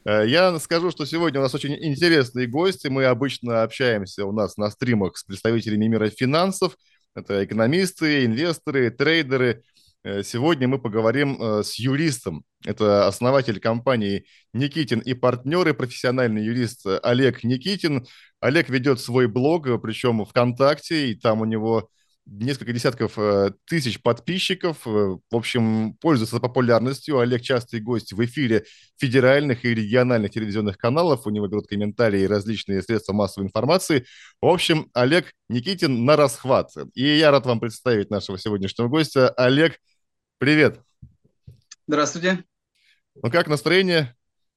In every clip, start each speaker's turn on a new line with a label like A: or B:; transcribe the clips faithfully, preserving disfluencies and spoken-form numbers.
A: Э, Я скажу, что сегодня у нас очень интересные гости. Мы обычно общаемся у нас на стримах с представителями мира финансов. Это экономисты, инвесторы, трейдеры. Э, Сегодня мы поговорим э, с юристом. Это основатель компании Никитин и партнеры, профессиональный юрист э, Олег Никитин. Олег ведет свой блог, э, причем ВКонтакте, и там у него несколько десятков э, тысяч подписчиков. Э, В общем, пользуется популярностью. Олег частый гость в эфире федеральных и региональных телевизионных каналов. У него берут комментарии различные средства массовой информации. В общем, Олег Никитин на расхват. И я рад вам представить нашего сегодняшнего гостя. Олег, привет.
B: Здравствуйте.
A: Ну как настроение?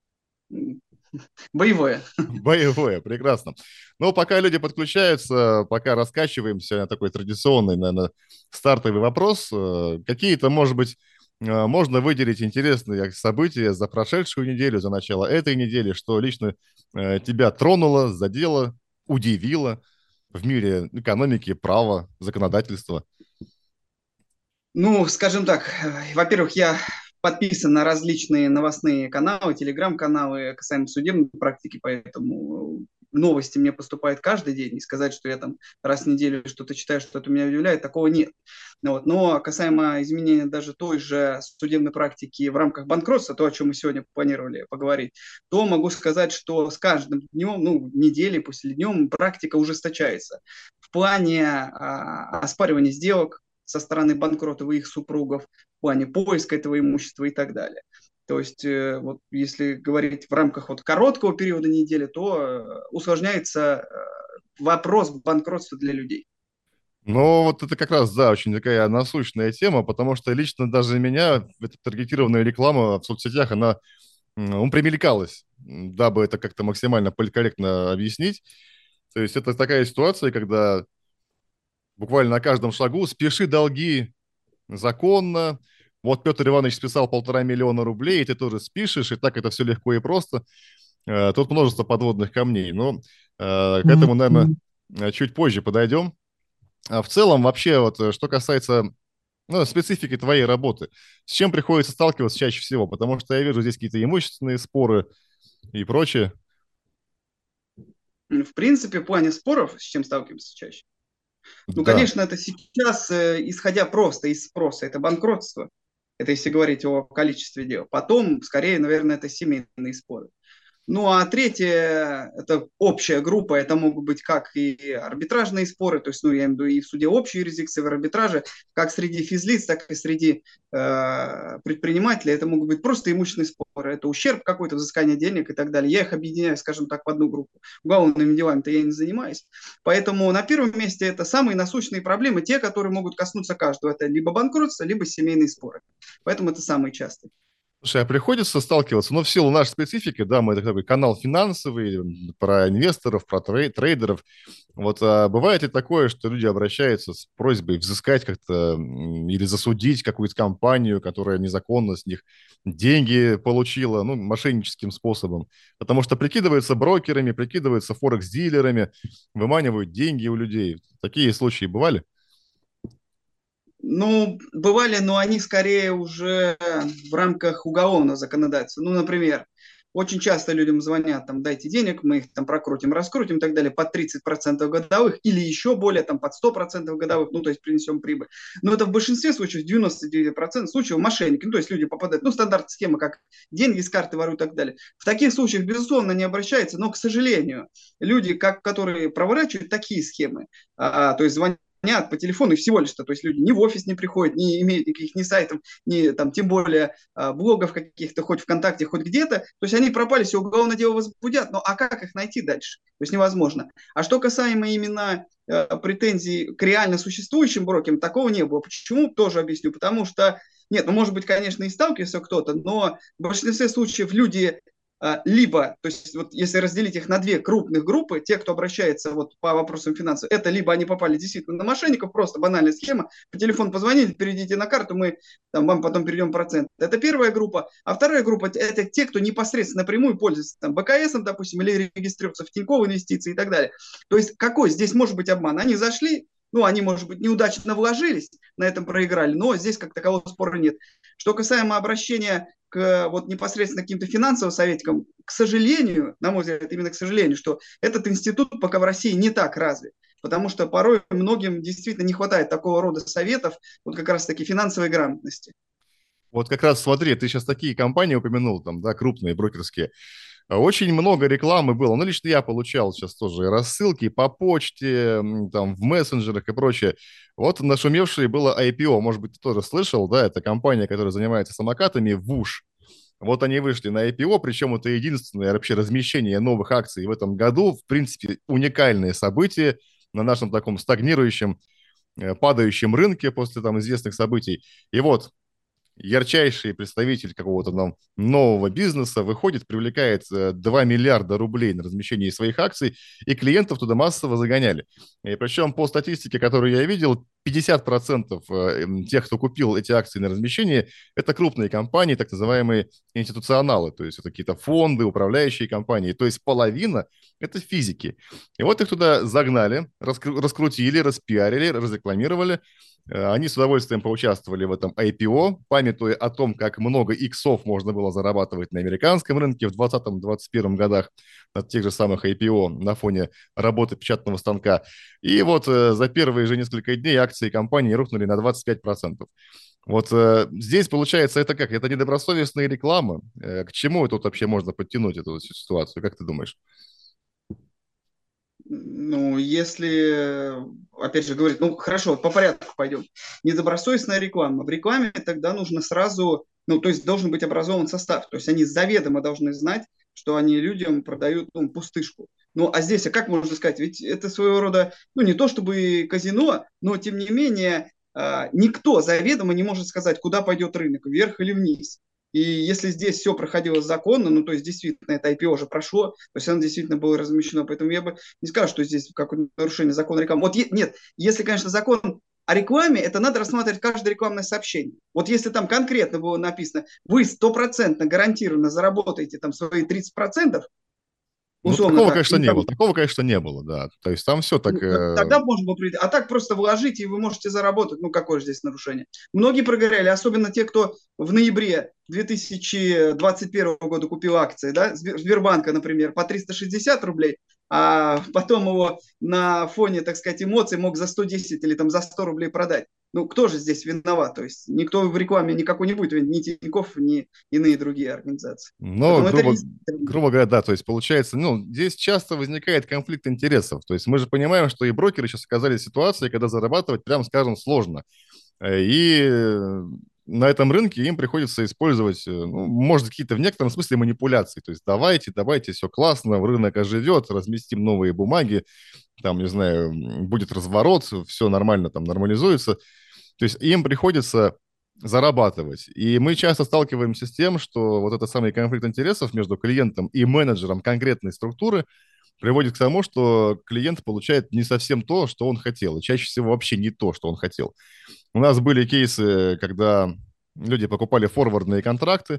B: Боевое.
A: Боевое, прекрасно. Но пока люди подключаются, пока раскачиваемся, на такой традиционный, наверное, стартовый вопрос. Э, Какие-то, может быть, э, можно выделить интересные события за прошедшую неделю, за начало этой недели, что лично э, тебя тронуло, задело, удивило в мире экономики, права, законодательства?
B: Ну, скажем так, э, во-первых, я подписан на различные новостные каналы, телеграм-каналы касаемо судебной практики, поэтому новости мне поступают каждый день. Не сказать, что я там раз в неделю что-то читаю, что-то меня удивляет, такого нет. Ну вот. Но касаемо изменения даже той же судебной практики в рамках банкротства, то, о чем мы сегодня планировали поговорить, то могу сказать, что с каждым днем, ну, недели после днем практика ужесточается. В плане а, оспаривания сделок, со стороны банкротов и их супругов, в плане поиска этого имущества и так далее. То есть, э, вот, если говорить в рамках вот короткого периода недели, то э, усложняется э, вопрос банкротства для людей.
A: Но вот это как раз, да, очень такая насущная тема, потому что лично даже меня эта таргетированная реклама в соцсетях, она м, ну, примелькалась, м, дабы это как-то максимально политкорректно объяснить. То есть это такая ситуация, когда буквально на каждом шагу спеши долги законно. Вот Петр Иванович списал полтора миллиона рублей, и ты тоже спишешь, и так это все легко и просто. Э, Тут множество подводных камней. Но э, к этому, наверное, чуть позже подойдем. А в целом, вообще, вот э, что касается ну, специфики твоей работы, с чем приходится сталкиваться чаще всего? Потому что я вижу здесь какие-то имущественные споры и прочее.
B: В принципе, в плане споров, с чем сталкиваемся чаще? Ну,
A: Да.
B: конечно, это сейчас, э, исходя просто из спроса, это банкротство. Это если говорить о количестве дел. Потом, скорее, наверное, это семейные споры. Ну а третье, это общая группа, это могут быть как и арбитражные споры, то есть, ну, я имею в виду и в суде общей юрисдикции, в арбитраже, как среди физлиц, так и среди э, предпринимателей, это могут быть просто имущественные споры, это ущерб какой-то, взыскание денег и так далее. Я их объединяю, скажем так, в одну группу. Уголовными делами-то я не занимаюсь. Поэтому на первом месте это самые насущные проблемы, те, которые могут коснуться каждого. Это либо банкротство, либо семейные споры. Поэтому это самые частые.
A: Слушай, а приходится сталкиваться, но в силу нашей специфики, да, мы такой канал финансовый, м, про инвесторов, про трей- трейдеров. Вот а бывает ли такое, что люди обращаются с просьбой взыскать как-то м, или засудить какую-то компанию, которая незаконно с них деньги получила, ну, мошенническим способом, потому что прикидываются брокерами, прикидываются форекс-дилерами, выманивают деньги у людей. Такие случаи бывали?
B: Ну, бывали, но они скорее уже в рамках уголовного законодательства. Ну, например, очень часто людям звонят, там, дайте денег, мы их там прокрутим, раскрутим и так далее, под тридцать процентов годовых или еще более, там, под сто процентов годовых, ну, то есть принесем прибыль. Но это в большинстве случаев, девяносто девять процентов случаев мошенники, ну, то есть люди попадают, ну, стандартная схема, как деньги с карты воруют и так далее. В таких случаях, безусловно, не обращаются, но, к сожалению, люди, как, которые проворачивают такие схемы, а, то есть звонят звонят по телефону и всего лишь-то, то есть люди ни в офис не приходят, не имеют никаких ни сайтов, ни там, тем более а, блогов каких-то, хоть ВКонтакте, хоть где-то, то есть они пропали, все уголовное дело возбудят, но а как их найти дальше? То есть невозможно. А что касаемо именно э, претензий к реально существующим брокерам, такого не было. Почему? Тоже объясню. Потому что нет, ну, может быть, конечно, и сталкивался кто-то, но в большинстве случаев люди а, либо, то есть вот если разделить их на две крупных группы, те, кто обращается вот по вопросам финансов, это либо они попали действительно на мошенников, просто банальная схема, по телефону позвонили, перейдите на карту, мы там, вам потом перейдем процент. Это первая группа. А вторая группа – это те, кто непосредственно напрямую пользуется там, БКС, допустим, или регистрируется в Тинькофф инвестиции и так далее. То есть какой здесь может быть обман? Они зашли, ну, они, может быть, неудачно вложились, на этом проиграли, но здесь как такового спора нет. Что касаемо обращения к вот непосредственно каким-то финансовым советникам, к сожалению, на мой взгляд, именно к сожалению, что этот институт пока в России не так развит. Потому что порой многим действительно не хватает такого рода советов, вот как раз-таки финансовой грамотности.
A: Вот как раз смотри, ты сейчас такие компании упомянул, там, да, крупные, брокерские. А Очень много рекламы было. Ну, лично я получал сейчас тоже и рассылки по почте, м, там, в мессенджерах и прочее. Вот нашумевшее было ай пи о, может быть, ты тоже слышал, да, это компания, которая занимается самокатами, вуш. Вот они вышли на ай пи о, причем это единственное вообще размещение новых акций в этом году. В принципе, уникальное событие на нашем таком стагнирующем, э, падающем рынке после там известных событий. И вот ярчайший представитель какого-то там нового бизнеса выходит, привлекает э, два миллиарда рублей на размещение своих акций, и клиентов туда массово загоняли. И причем по статистике, которую я видел, пятьдесят процентов э, м, тех, кто купил эти акции на размещение, это крупные компании, так называемые институционалы, то есть это какие-то фонды, управляющие компании, то есть половина– это физики. И вот их туда загнали, раскру- раскрутили, распиарили, разрекламировали. Э, Они с удовольствием поучаствовали в этом ай пи о, памятуя о том, как много иксов можно было зарабатывать на американском рынке в двадцатом-двадцать первом годах от тех же самых ай пи о на фоне работы печатного станка. И вот э, за первые же несколько дней акции компании рухнули на двадцать пять процентов. Вот э, здесь получается это как? Это недобросовестная реклама. Э, к чему тут вообще можно подтянуть эту всю ситуацию? Как ты думаешь?
B: Ну, если, опять же, говорить, ну, хорошо, вот по порядку пойдем. Недобросовестная реклама. В рекламе тогда нужно сразу, ну, то есть должен быть образован состав. То есть они заведомо должны знать, что они людям продают, ну, пустышку. Ну, а здесь, а как можно сказать? Ведь это своего рода, ну, не то чтобы казино, но, тем не менее, а, никто заведомо не может сказать, куда пойдет рынок, вверх или вниз. И если здесь все проходило законно, ну, то есть действительно это ай пи о уже прошло, то есть оно действительно было размещено, поэтому я бы не сказал, что здесь какое-то нарушение закона рекламы. Вот е- нет, если, конечно, закон о рекламе, это надо рассматривать каждое рекламное сообщение. Вот если там конкретно было написано, вы стопроцентно гарантированно заработаете там свои тридцать процентов,
A: Ну,
B: условно
A: такого,
B: так,
A: конечно,
B: и
A: не
B: там
A: было. Такого, конечно, не было, да. То есть там все так...
B: ну,
A: э,
B: тогда можно было прийти. А так просто вложите, и вы можете заработать. Ну, какое же здесь нарушение? Многие прогорели, особенно те, кто в ноябре две тысячи двадцать первого года купил акции, да, Сбербанка, например, по триста шестьдесят рублей, а потом его на фоне, так сказать, эмоций мог за сто десять или там за сто рублей продать. Ну, кто же здесь виноват? То есть никто в рекламе никакой не будет, ни Тинькофф, ни иные другие организации.
A: Но,
B: Поэтому это
A: грубо,
B: риск.
A: грубо говоря, да, то есть получается, ну, здесь часто возникает конфликт интересов. То есть мы же понимаем, что и брокеры сейчас оказались в ситуации, когда зарабатывать, прям скажем, сложно. Э, И э, на этом рынке им приходится использовать, э, ну, может, какие-то в некотором смысле манипуляции. То есть давайте, давайте, все классно, рынок оживет, разместим новые бумаги, там, не знаю, м, будет разворот, все нормально там нормализуется. То есть им приходится зарабатывать. И мы часто сталкиваемся с тем, что вот этот самый конфликт интересов между клиентом и менеджером конкретной структуры приводит к тому, что клиент получает не совсем то, что он хотел, и чаще всего вообще не то, что он хотел. У нас были кейсы, когда люди покупали форвардные контракты,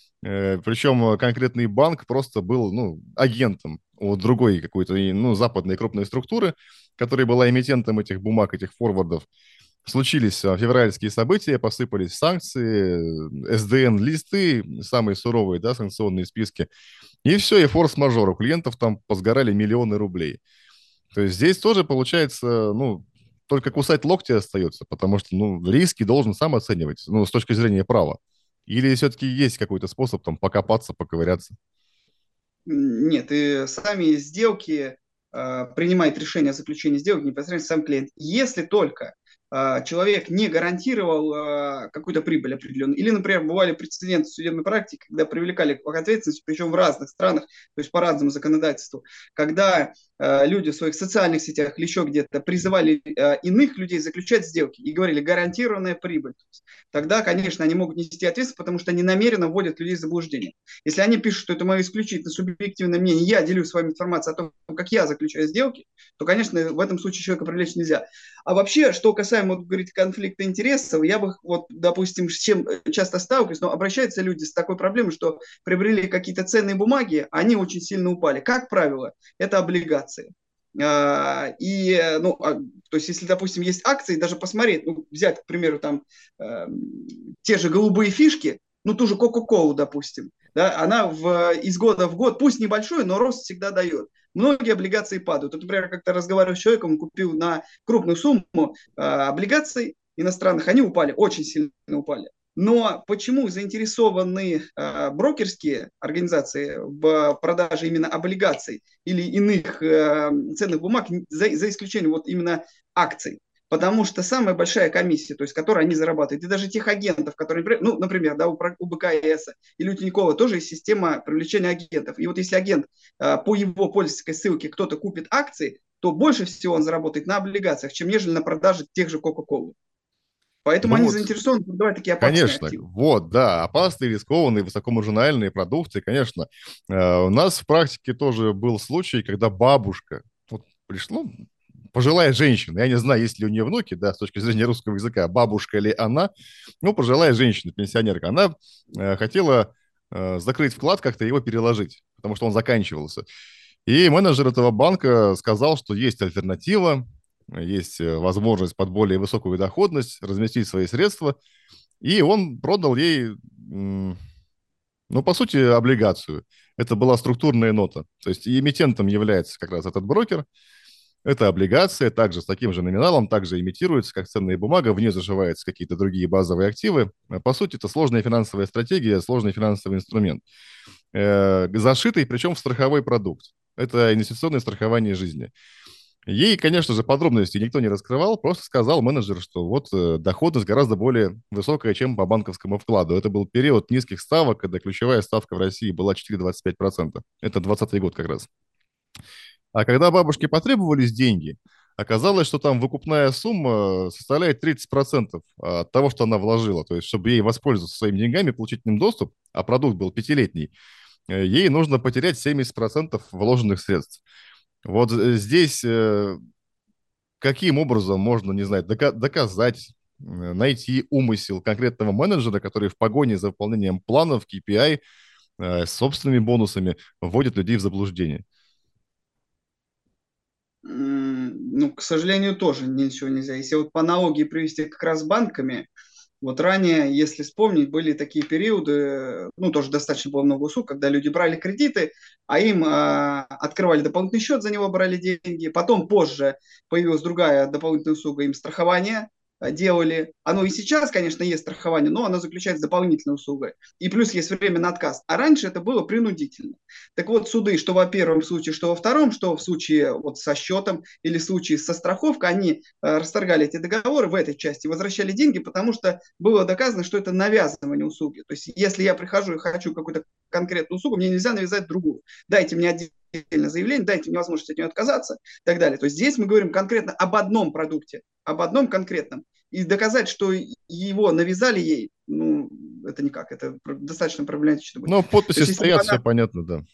A: э, причем конкретный банк просто был, ну, агентом у другой какой-то, и, ну, западной крупной структуры, которая была эмитентом этих бумаг, этих форвардов. Случились а, февральские события, посыпались санкции, эс дэ эн-листы, самые суровые, да, санкционные списки. И все, и форс-мажор. У клиентов там позгорали миллионы рублей. То есть здесь тоже получается, ну, только кусать локти остается, потому что, ну, риски должен сам оценивать, ну, с точки зрения права. Или все-таки есть какой-то способ там покопаться, поковыряться?
B: Нет, и сами сделки э, принимает решение о заключении сделки непосредственно сам клиент. Если только э, человек не гарантировал э, какую-то прибыль определенную, или, например, бывали прецеденты в судебной практике, когда привлекали к ответственности, причем в разных странах, то есть по разному законодательству, когда э, люди в своих социальных сетях или еще где-то призывали э, иных людей заключать сделки и говорили гарантированная прибыль. Тогда, конечно, они могут нести ответственность, потому что они намеренно вводят людей в заблуждение. Если они пишут, что это мое исключительно субъективное мнение, я делюсь с вами информацией о том, как я заключаю сделки, то, конечно, в этом случае человека привлечь нельзя. А вообще, что касаемо, вот, говорить, конфликта интересов, я бы, вот, допустим, с чем часто сталкиваюсь, но обращаются люди с такой проблемой, что приобрели какие-то ценные бумаги, они очень сильно упали. Как правило, это облигации. А, и, ну, а, то есть, если, допустим, есть акции, даже посмотреть, ну, взять, к примеру, там, э, те же голубые фишки, ну, ту же Кока-Колу, допустим. да, она в, из года в год, пусть небольшой, но рост всегда дает. Многие облигации падают. Вот, например, как-то разговаривал с человеком, купил на крупную сумму э, облигаций иностранных, они упали, очень сильно упали. Но почему заинтересованы э, брокерские организации в продаже именно облигаций или иных э, ценных бумаг, за, за исключением вот именно акций? Потому что самая большая комиссия, то есть, которую они зарабатывают, и даже тех агентов, которые, ну, например, да, у, у БКС или у Тинькова тоже есть система привлечения агентов. И вот если агент э, по его пользовательской ссылке кто-то купит акции, то больше всего он заработает на облигациях, чем нежели на продаже тех же Coca-Cola. Поэтому
A: Ну
B: они
A: вот,
B: заинтересованы продавать такие опасные
A: конечно,
B: активы.
A: вот, да, опасные, рискованные, высокомаржинальные продукты, конечно. Э, У нас в практике тоже был случай, когда бабушка, вот пришла, ну, пожилая женщина, я не знаю, есть ли у нее внуки, да, с точки зрения русского языка, бабушка ли она, ну, пожилая женщина, пенсионерка, она э, хотела э, закрыть вклад, как-то его переложить, потому что он заканчивался. И менеджер этого банка сказал, что есть альтернатива, есть э, возможность под более высокую доходность разместить свои средства, и он продал ей, м, ну, по сути, облигацию. Это была структурная нота. То есть и эмитентом является как раз этот брокер. Это облигация, также с таким же номиналом, также имитируется как ценная бумага, в нее зашиваются какие-то другие базовые активы. А по сути, это сложная финансовая стратегия, сложный финансовый инструмент, э, зашитый, причем в страховой продукт. Это инвестиционное страхование жизни. Ей, конечно же, подробностей никто не раскрывал, просто сказал менеджер, что вот э, доходность гораздо более высокая, чем по банковскому вкладу. Это был период низких ставок, когда ключевая ставка в России была четыре целых двадцать пять сотых процента. Это двадцатый год как раз. А когда бабушке потребовались деньги, оказалось, что там выкупная сумма составляет тридцать процентов от того, что она вложила. То есть, чтобы ей воспользоваться своими деньгами, получить к ним доступ, а продукт был пятилетний, э, ей нужно потерять семьдесят процентов вложенных средств. Вот э, здесь э, каким образом можно, не знаю, дока- доказать, э, найти умысел конкретного менеджера, который в погоне за выполнением планов, K P I, э, с собственными бонусами вводит людей в заблуждение?
B: Ну, к сожалению, тоже ничего нельзя. Если вот по аналогии привести как раз с банками, вот ранее, если вспомнить, были такие периоды, ну, тоже достаточно было много услуг, когда люди брали кредиты, а им э, открывали дополнительный счет, за него брали деньги. Потом позже появилась другая дополнительная услуга, им страхование э, делали. Оно и сейчас, конечно, есть страхование, но оно заключается в дополнительной услугой. И плюс есть время на отказ. А раньше это было принудительно. Так вот, суды, что во первом случае, что во втором, что в случае вот со счетом или в случае со страховкой, они э, расторгали эти договоры в этой части, возвращали деньги, потому что было доказано, что это навязывание услуги. То есть, если я прихожу и хочу какую-то конкретную услугу, мне нельзя навязать другую. Дайте мне отдельное заявление, дайте мне возможность от нее отказаться и так далее. То есть, здесь мы говорим конкретно об одном продукте, об одном конкретном. И доказать, что его навязали ей, ну, это никак, это достаточно проблематично будет.
A: Ну,
B: То
A: подписи
B: есть, если бы
A: стоят,
B: она
A: все понятно, да.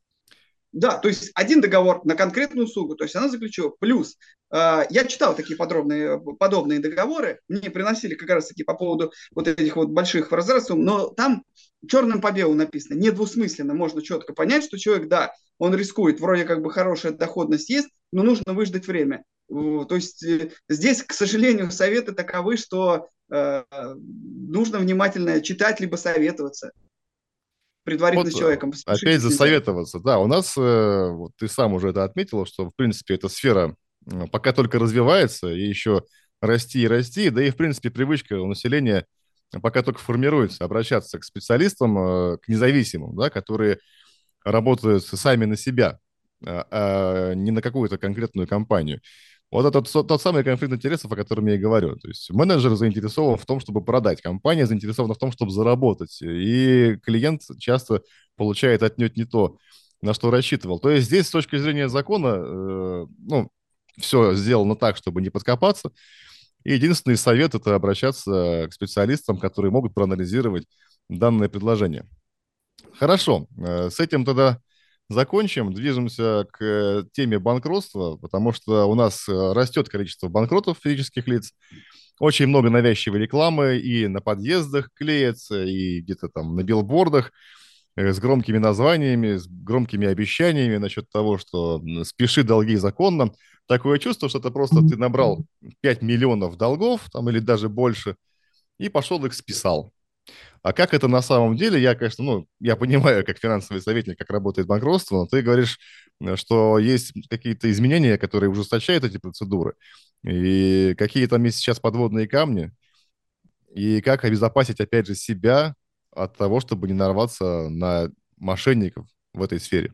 B: да, то есть один договор на конкретную услугу, то есть она заключила. Плюс э, я читал такие подробные, подобные договоры, мне приносили как раз таки по поводу вот этих вот больших разрасов, но там черным по белому написано, недвусмысленно, можно четко понять, что человек, да, он рискует, вроде как бы хорошая доходность есть, но нужно выждать время. То есть э, здесь, к сожалению, советы таковы, что э, нужно внимательно читать либо советоваться предварительно
A: Вот
B: с
A: э,
B: человеком,
A: опять
B: спешить нельзя.
A: засоветоваться. Да, у нас, э, вот ты сам уже это отметил, что, в принципе, эта сфера э, пока только развивается, и еще расти и расти, да и, в принципе, привычка у населения пока только формируется, обращаться к специалистам, э, к независимым, да, которые работают сами на себя, а а не на какую-то конкретную компанию. Вот это тот, тот самый конфликт интересов, о котором я и говорю. То есть менеджер заинтересован в том, чтобы продать, компания заинтересована в том, чтобы заработать. И клиент часто получает отнюдь не то, на что рассчитывал. То есть здесь с точки зрения закона, э, ну, все сделано так, чтобы не подкопаться. И единственный совет– это обращаться к специалистам, которые могут проанализировать данное предложение. Хорошо, э, с этим тогда закончим. Движемся к э, теме банкротства, потому что у нас э, растет количество банкротов физических лиц. Очень много навязчивой рекламы и на подъездах клеится, и где-то там на билбордах э, с громкими названиями, с громкими обещаниями насчет того, что м, спеши, долги законно. Такое чувство, что это просто ты набрал пять миллионов долгов там, или даже больше и пошел их списал. А как это на самом деле? Я, конечно, ну, я понимаю, как финансовый советник, как работает банкротство, но ты говоришь, э, что есть какие-то изменения, которые ужесточают эти процедуры. И какие там есть сейчас подводные камни, и как обезопасить, опять же, себя от того, чтобы не нарваться на мошенников в этой сфере.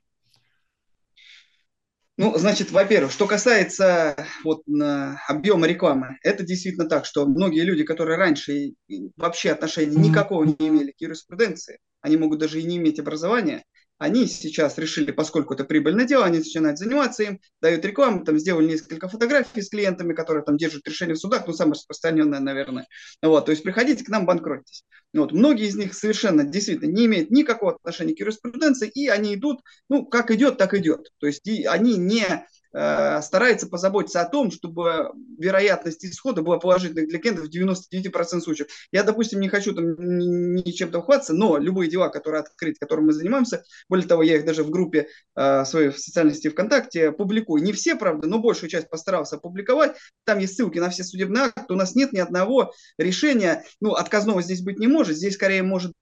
B: Ну, значит, во-первых, что касается вот на объема рекламы, это действительно так, что многие люди, которые раньше и- и вообще отношения никакого не имели к юриспруденции, они могут даже и не иметь образования, они сейчас решили, поскольку это прибыльное дело, они начинают заниматься им, дают рекламу, там сделали несколько фотографий с клиентами, которые там держат решение в судах, ну, самое распространенное, наверное. Вот, то есть приходите к нам, банкротьтесь. Вот, многие из них совершенно действительно не имеют никакого отношения к юриспруденции, и они идут, ну, как идет, так идет. То есть и они не э, стараются позаботиться о том, чтобы вероятность исхода была положительной для клиентов в девяноста девяти процентах случаев. Я, допустим, не хочу там ничем-то ухватиться, но любые дела, которые открыты, которыми мы занимаемся, более того, я их даже в группе э, своей в социальной сети ВКонтакте публикую. Не все, правда, но большую часть постарался опубликовать. Там есть ссылки на все судебные акты. У нас нет ни одного решения, ну, отказного здесь быть не может. Здесь скорее может.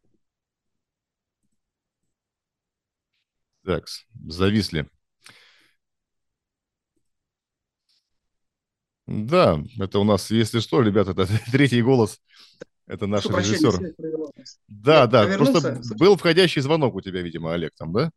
A: Так, зависли. Да, это у нас, если что, ребята, это третий голос, это наш
B: Прошу прощения,
A: режиссер.
B: связь прервалась.
A: Да,
B: Я, я
A: да, просто
B: вернулся.
A: был входящий звонок у тебя, видимо, Олег, там, да?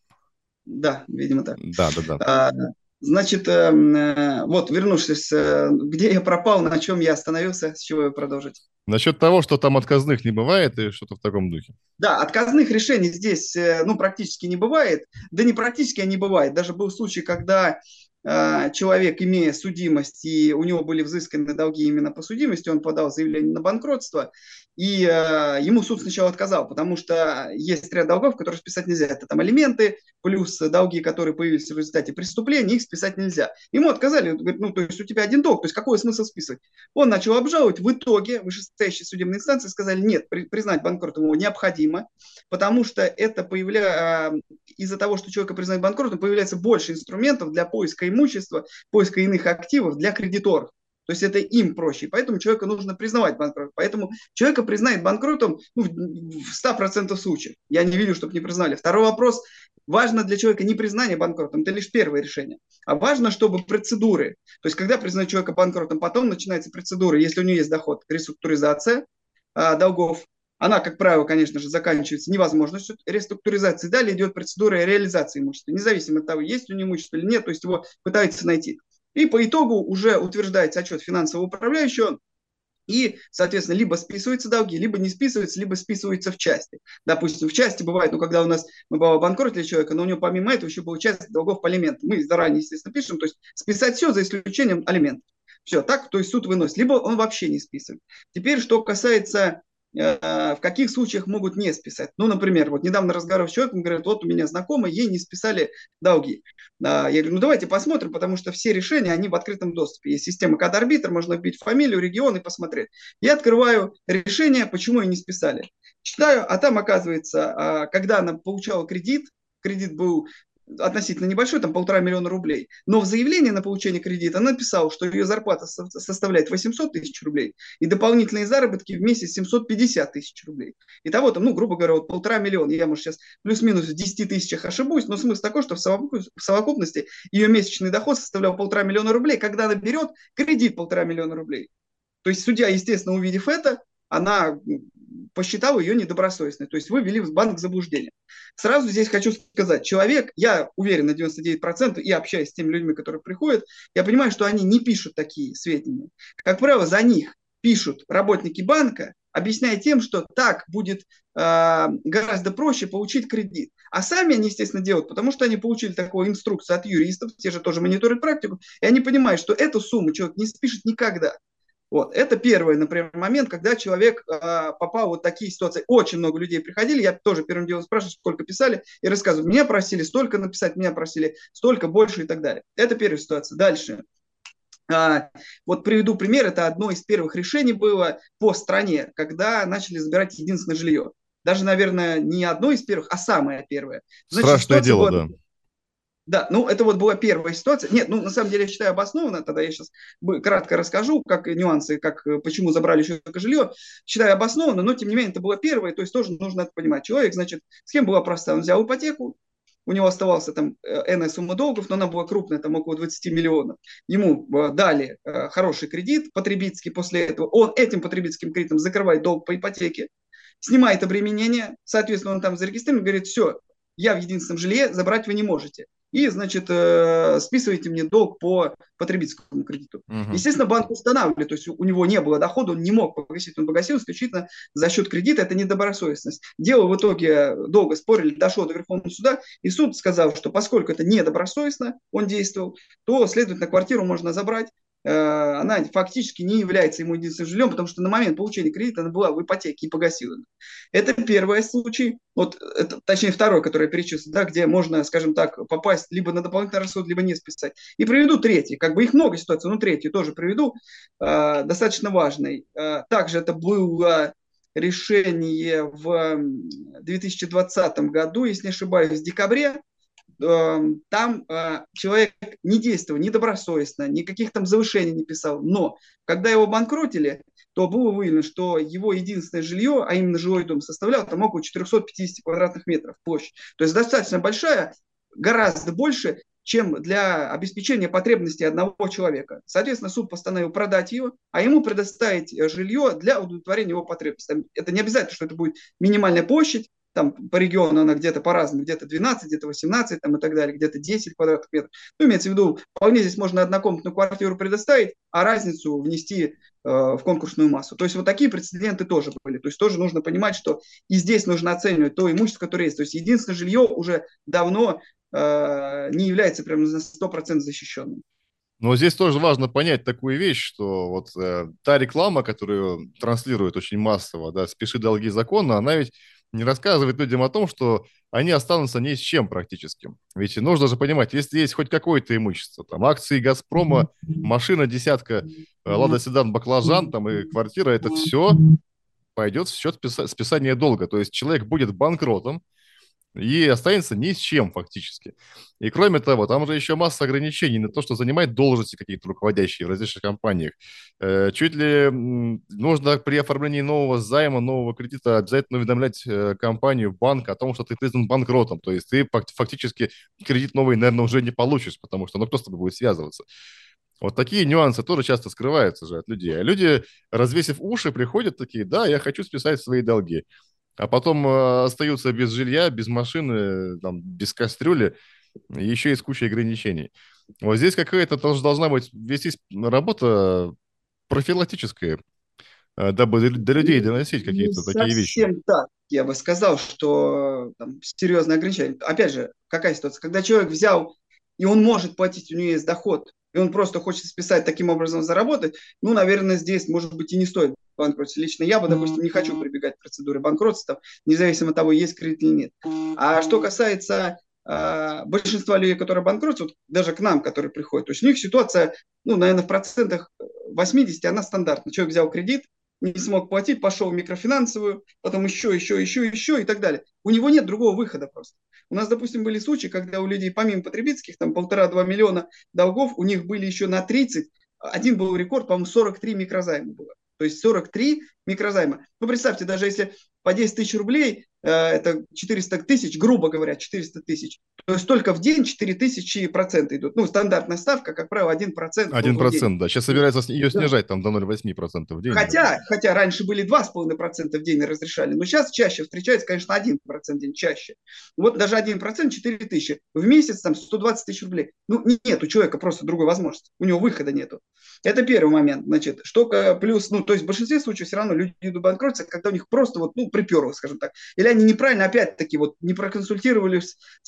B: Да, видимо так.
A: Да, да, да.
B: А, значит, эм, э, вот вернувшись, э, где я пропал, на чем я остановился, с чего я продолжить?
A: Насчет того, что там отказных не бывает и что-то в таком духе.
B: Да, отказных решений здесь, э, ну, практически не бывает. Да не практически, а не бывает. Даже был случай, когда э, человек, имея судимость, и у него были взысканы долги именно по судимости, он подал заявление на банкротство, и э, ему суд сначала отказал, потому что есть ряд долгов, которые списать нельзя. Это там алименты, плюс долги, которые появились в результате преступления, их списать нельзя. Ему отказали, он говорит, ну, то есть у тебя один долг, то есть какой смысл списывать? Он начал обжаловать, в итоге вышестоящие судебные инстанции сказали, нет, при, признать банкротом его необходимо, потому что это появля... из-за того, что человека признают банкротом, появляется больше инструментов для поиска имущества, поиска иных активов для кредиторов. То есть это им проще. Поэтому человека нужно признавать банкротом. Поэтому человека признает банкротом ну, в ста процентах случаев. Я не видел, чтобы не признали. Второй вопрос. Важно для человека не признание банкротом, это лишь первое решение. А важно, чтобы процедуры, то есть когда признают человека банкротом, потом начинается процедура, если у него есть доход, реструктуризация а, долгов. Она, как правило, конечно же, заканчивается невозможностью реструктуризации. Далее идет процедура реализации имущества, независимо от того, есть у него имущество или нет, то есть его пытаются найти. И по итогу уже утверждается отчет финансового управляющего, и, соответственно, либо списываются долги, либо не списываются, либо списываются в части. Допустим, в части бывает, ну, когда у нас мы бывало банкротили человека, но у него помимо этого еще была часть долгов по алиментам. Мы заранее, естественно, пишем, то есть списать все за исключением алиментов. Все, так, то есть суд выносит. Либо он вообще не списывает. Теперь, что касается в каких случаях могут не списать. Ну, например, вот недавно разговаривал с человеком, говорят, вот у меня знакомый, ей не списали долги. Я говорю, ну давайте посмотрим, потому что все решения, они в открытом доступе. Есть система код-арбитр, можно вбить фамилию, регион и посмотреть. Я открываю решение, почему ей не списали. Читаю, а там оказывается, когда она получала кредит, кредит был относительно небольшой, там полтора миллиона рублей. Но в заявлении на получение кредита она написала, что ее зарплата составляет восемьсот тысяч рублей и дополнительные заработки в месяц семьсот пятьдесят тысяч рублей. Итого там, ну, грубо говоря, вот полтора миллиона. Я, может, сейчас плюс-минус в десяти тысячах ошибусь, но смысл такой, что в совокупности ее месячный доход составлял полтора миллиона рублей, когда она берет кредит полтора миллиона рублей. То есть судья, естественно, увидев это, она посчитала ее недобросовестной. То есть вы ввели в банк в заблуждение. Сразу здесь хочу сказать, человек, я уверен на девяносто девять процентов и общаюсь с теми людьми, которые приходят, я понимаю, что они не пишут такие сведения. Как правило, за них пишут работники банка, объясняя тем, что так будет э, гораздо проще получить кредит. А сами они, естественно, делают, потому что они получили такую инструкцию от юристов, те же тоже мониторят практику, и они понимают, что эту сумму человек не спишет никогда. Вот. Это первый, например, момент, когда человек э, попал в вот такие ситуации. Очень много людей приходили, я тоже первым делом спрашиваю, сколько писали, и рассказываю, меня просили столько написать, меня просили столько, больше и так далее. Это первая ситуация. Дальше. А, вот приведу пример, это одно из первых решений было по стране, когда начали забирать единственное жилье. Даже, наверное, не одно из первых, а самое первое. Значит,
A: Страшное
B: ситуация
A: дело,
B: была.
A: да.
B: Да, ну это вот была первая ситуация. Нет, ну на самом деле я считаю обоснованно, тогда я сейчас кратко расскажу, как нюансы, как, э, почему забрали человека жилье. Считаю обоснованно, но тем не менее это было первое, то есть тоже нужно это понимать. Человек, значит, схема была простая, он взял ипотеку, у него оставался там э, энная сумма долгов, но она была крупная, там около двадцать миллионов. Ему э, дали э, хороший кредит потребительский после этого. Он этим потребительским кредитом закрывает долг по ипотеке, снимает обременение, соответственно, он там зарегистрирован, говорит, все, я в единственном жилье, забрать вы не можете. И, значит, э, списываете мне долг по потребительскому кредиту.
A: Мгм.
B: Естественно, банк устанавливает, то есть у него не было дохода, он не мог погасить, он погасил исключительно за счет кредита, это недобросовестность. Дело в итоге долго спорили, дошло до Верховного суда, и суд сказал, что поскольку это недобросовестно, он действовал, то, следовательно, квартиру можно забрать, она фактически не является ему единственным жильем, потому что на момент получения кредита она была в ипотеке и погасила. Это первый случай, вот, это, точнее второй, который я перечислил, да, где можно, скажем так, попасть либо на дополнительный расход, либо не списать. И приведу третий, как бы их много ситуаций, но третий тоже приведу, э, достаточно важный. Э, также это было решение в две тысячи двадцатом году, если не ошибаюсь, в декабре. Там э, человек не действовал, недобросовестно, никаких там завышений не писал. Но когда его банкротили, то было выявлено, что его единственное жилье, а именно жилой дом, составлял там около четыреста пятьдесят квадратных метров площадь. То есть достаточно большая, гораздо больше, чем для обеспечения потребностей одного человека. Соответственно, суд постановил продать ее, а ему предоставить жилье для удовлетворения его потребностей. Это не обязательно, что это будет минимальная площадь, там по региону она где-то по-разному, где-то двенадцать, где-то восемнадцать там, и так далее, где-то десять квадратных метров. Ну, имеется в виду, вполне здесь можно однокомнатную квартиру предоставить, а разницу внести э, в конкурсную массу. То есть вот такие прецеденты тоже были. То есть тоже нужно понимать, что и здесь нужно оценивать то имущество, которое есть. То есть единственное жилье уже давно э, не является прям на сто процентов защищенным.
A: Но здесь тоже важно понять такую вещь, что вот э, та реклама, которую транслирует очень массово, да, «Спеши, долги законно», она ведь не рассказывает людям о том, что они останутся ни с чем практически. Ведь нужно же понимать, если есть хоть какое-то имущество, там акции «Газпрома», машина десятка, э, «Лада Седан», баклажан там и квартира, это все пойдет в счет списа- списания долга. То есть человек будет банкротом, и останется ни с чем фактически. И кроме того, там же еще масса ограничений на то, что занимает должности какие-то руководящие в различных компаниях. Э, Чуть ли м, нужно при оформлении нового займа, нового кредита обязательно уведомлять э, компанию, банк о том, что ты признан банкротом. То есть ты фак- фактически кредит новый, наверное, уже не получишь, потому что ну, кто с тобой будет связываться. Вот такие нюансы тоже часто скрываются же от людей. А люди, развесив уши, приходят такие, да, я хочу списать свои долги, а потом э, остаются без жилья, без машины, там, без кастрюли, еще и с кучей ограничений. Вот здесь какая-то тоже должна быть вестись работа профилактическая, э, дабы до до людей
B: Ну,
A: доносить
B: не
A: какие-то такие вещи.
B: совсем так. Я бы сказал, что там, серьезные ограничения. Опять же, какая ситуация? Когда человек взял, и он может платить, у него есть доход, и он просто хочет списать, таким образом заработать, ну, наверное, здесь, может быть, и не стоит банкротиться. Лично я бы, допустим, не хочу прибегать к процедуре банкротства, независимо от того, есть кредит или нет. А что касается э, большинства людей, которые банкротятся, вот даже к нам, которые приходят, то есть у них ситуация, ну, наверное, в процентах восемьдесят она стандартная. Человек взял кредит, не смог платить, пошел в микрофинансовую, потом еще, еще, еще, еще и так далее. У него нет другого выхода просто. У нас, допустим, были случаи, когда у людей помимо потребительских, там полтора-два миллиона долгов, у них были еще на тридцать, один был рекорд, по-моему, сорок три микрозайма было. То есть сорок три микрозайма. Ну, представьте, даже если по десять тысяч рублей, э, это четыреста тысяч, грубо говоря, четыреста тысяч, то есть только в день четыре тысячи процента идут. Ну, стандартная ставка, как правило, один процент
A: Один
B: в день.
A: процент, да. Сейчас собираются с- ее
B: Да.
A: снижать там до ноль целых восемь десятых процента в день. Да.
B: Хотя, хотя раньше были два с половиной процента в день разрешали, но сейчас чаще встречается, конечно, один процент в день, чаще. Вот даже один процент четыре тысячи. В месяц там сто двадцать тысяч рублей. Ну, нет у человека просто другой возможности. У него выхода нету. Это первый момент. Значит, что плюс, ну, то есть в большинстве случаев все равно люди идут банкротиться, когда у них просто вот, ну, приперло, скажем так. Или они неправильно, опять-таки, вот не проконсультировались с,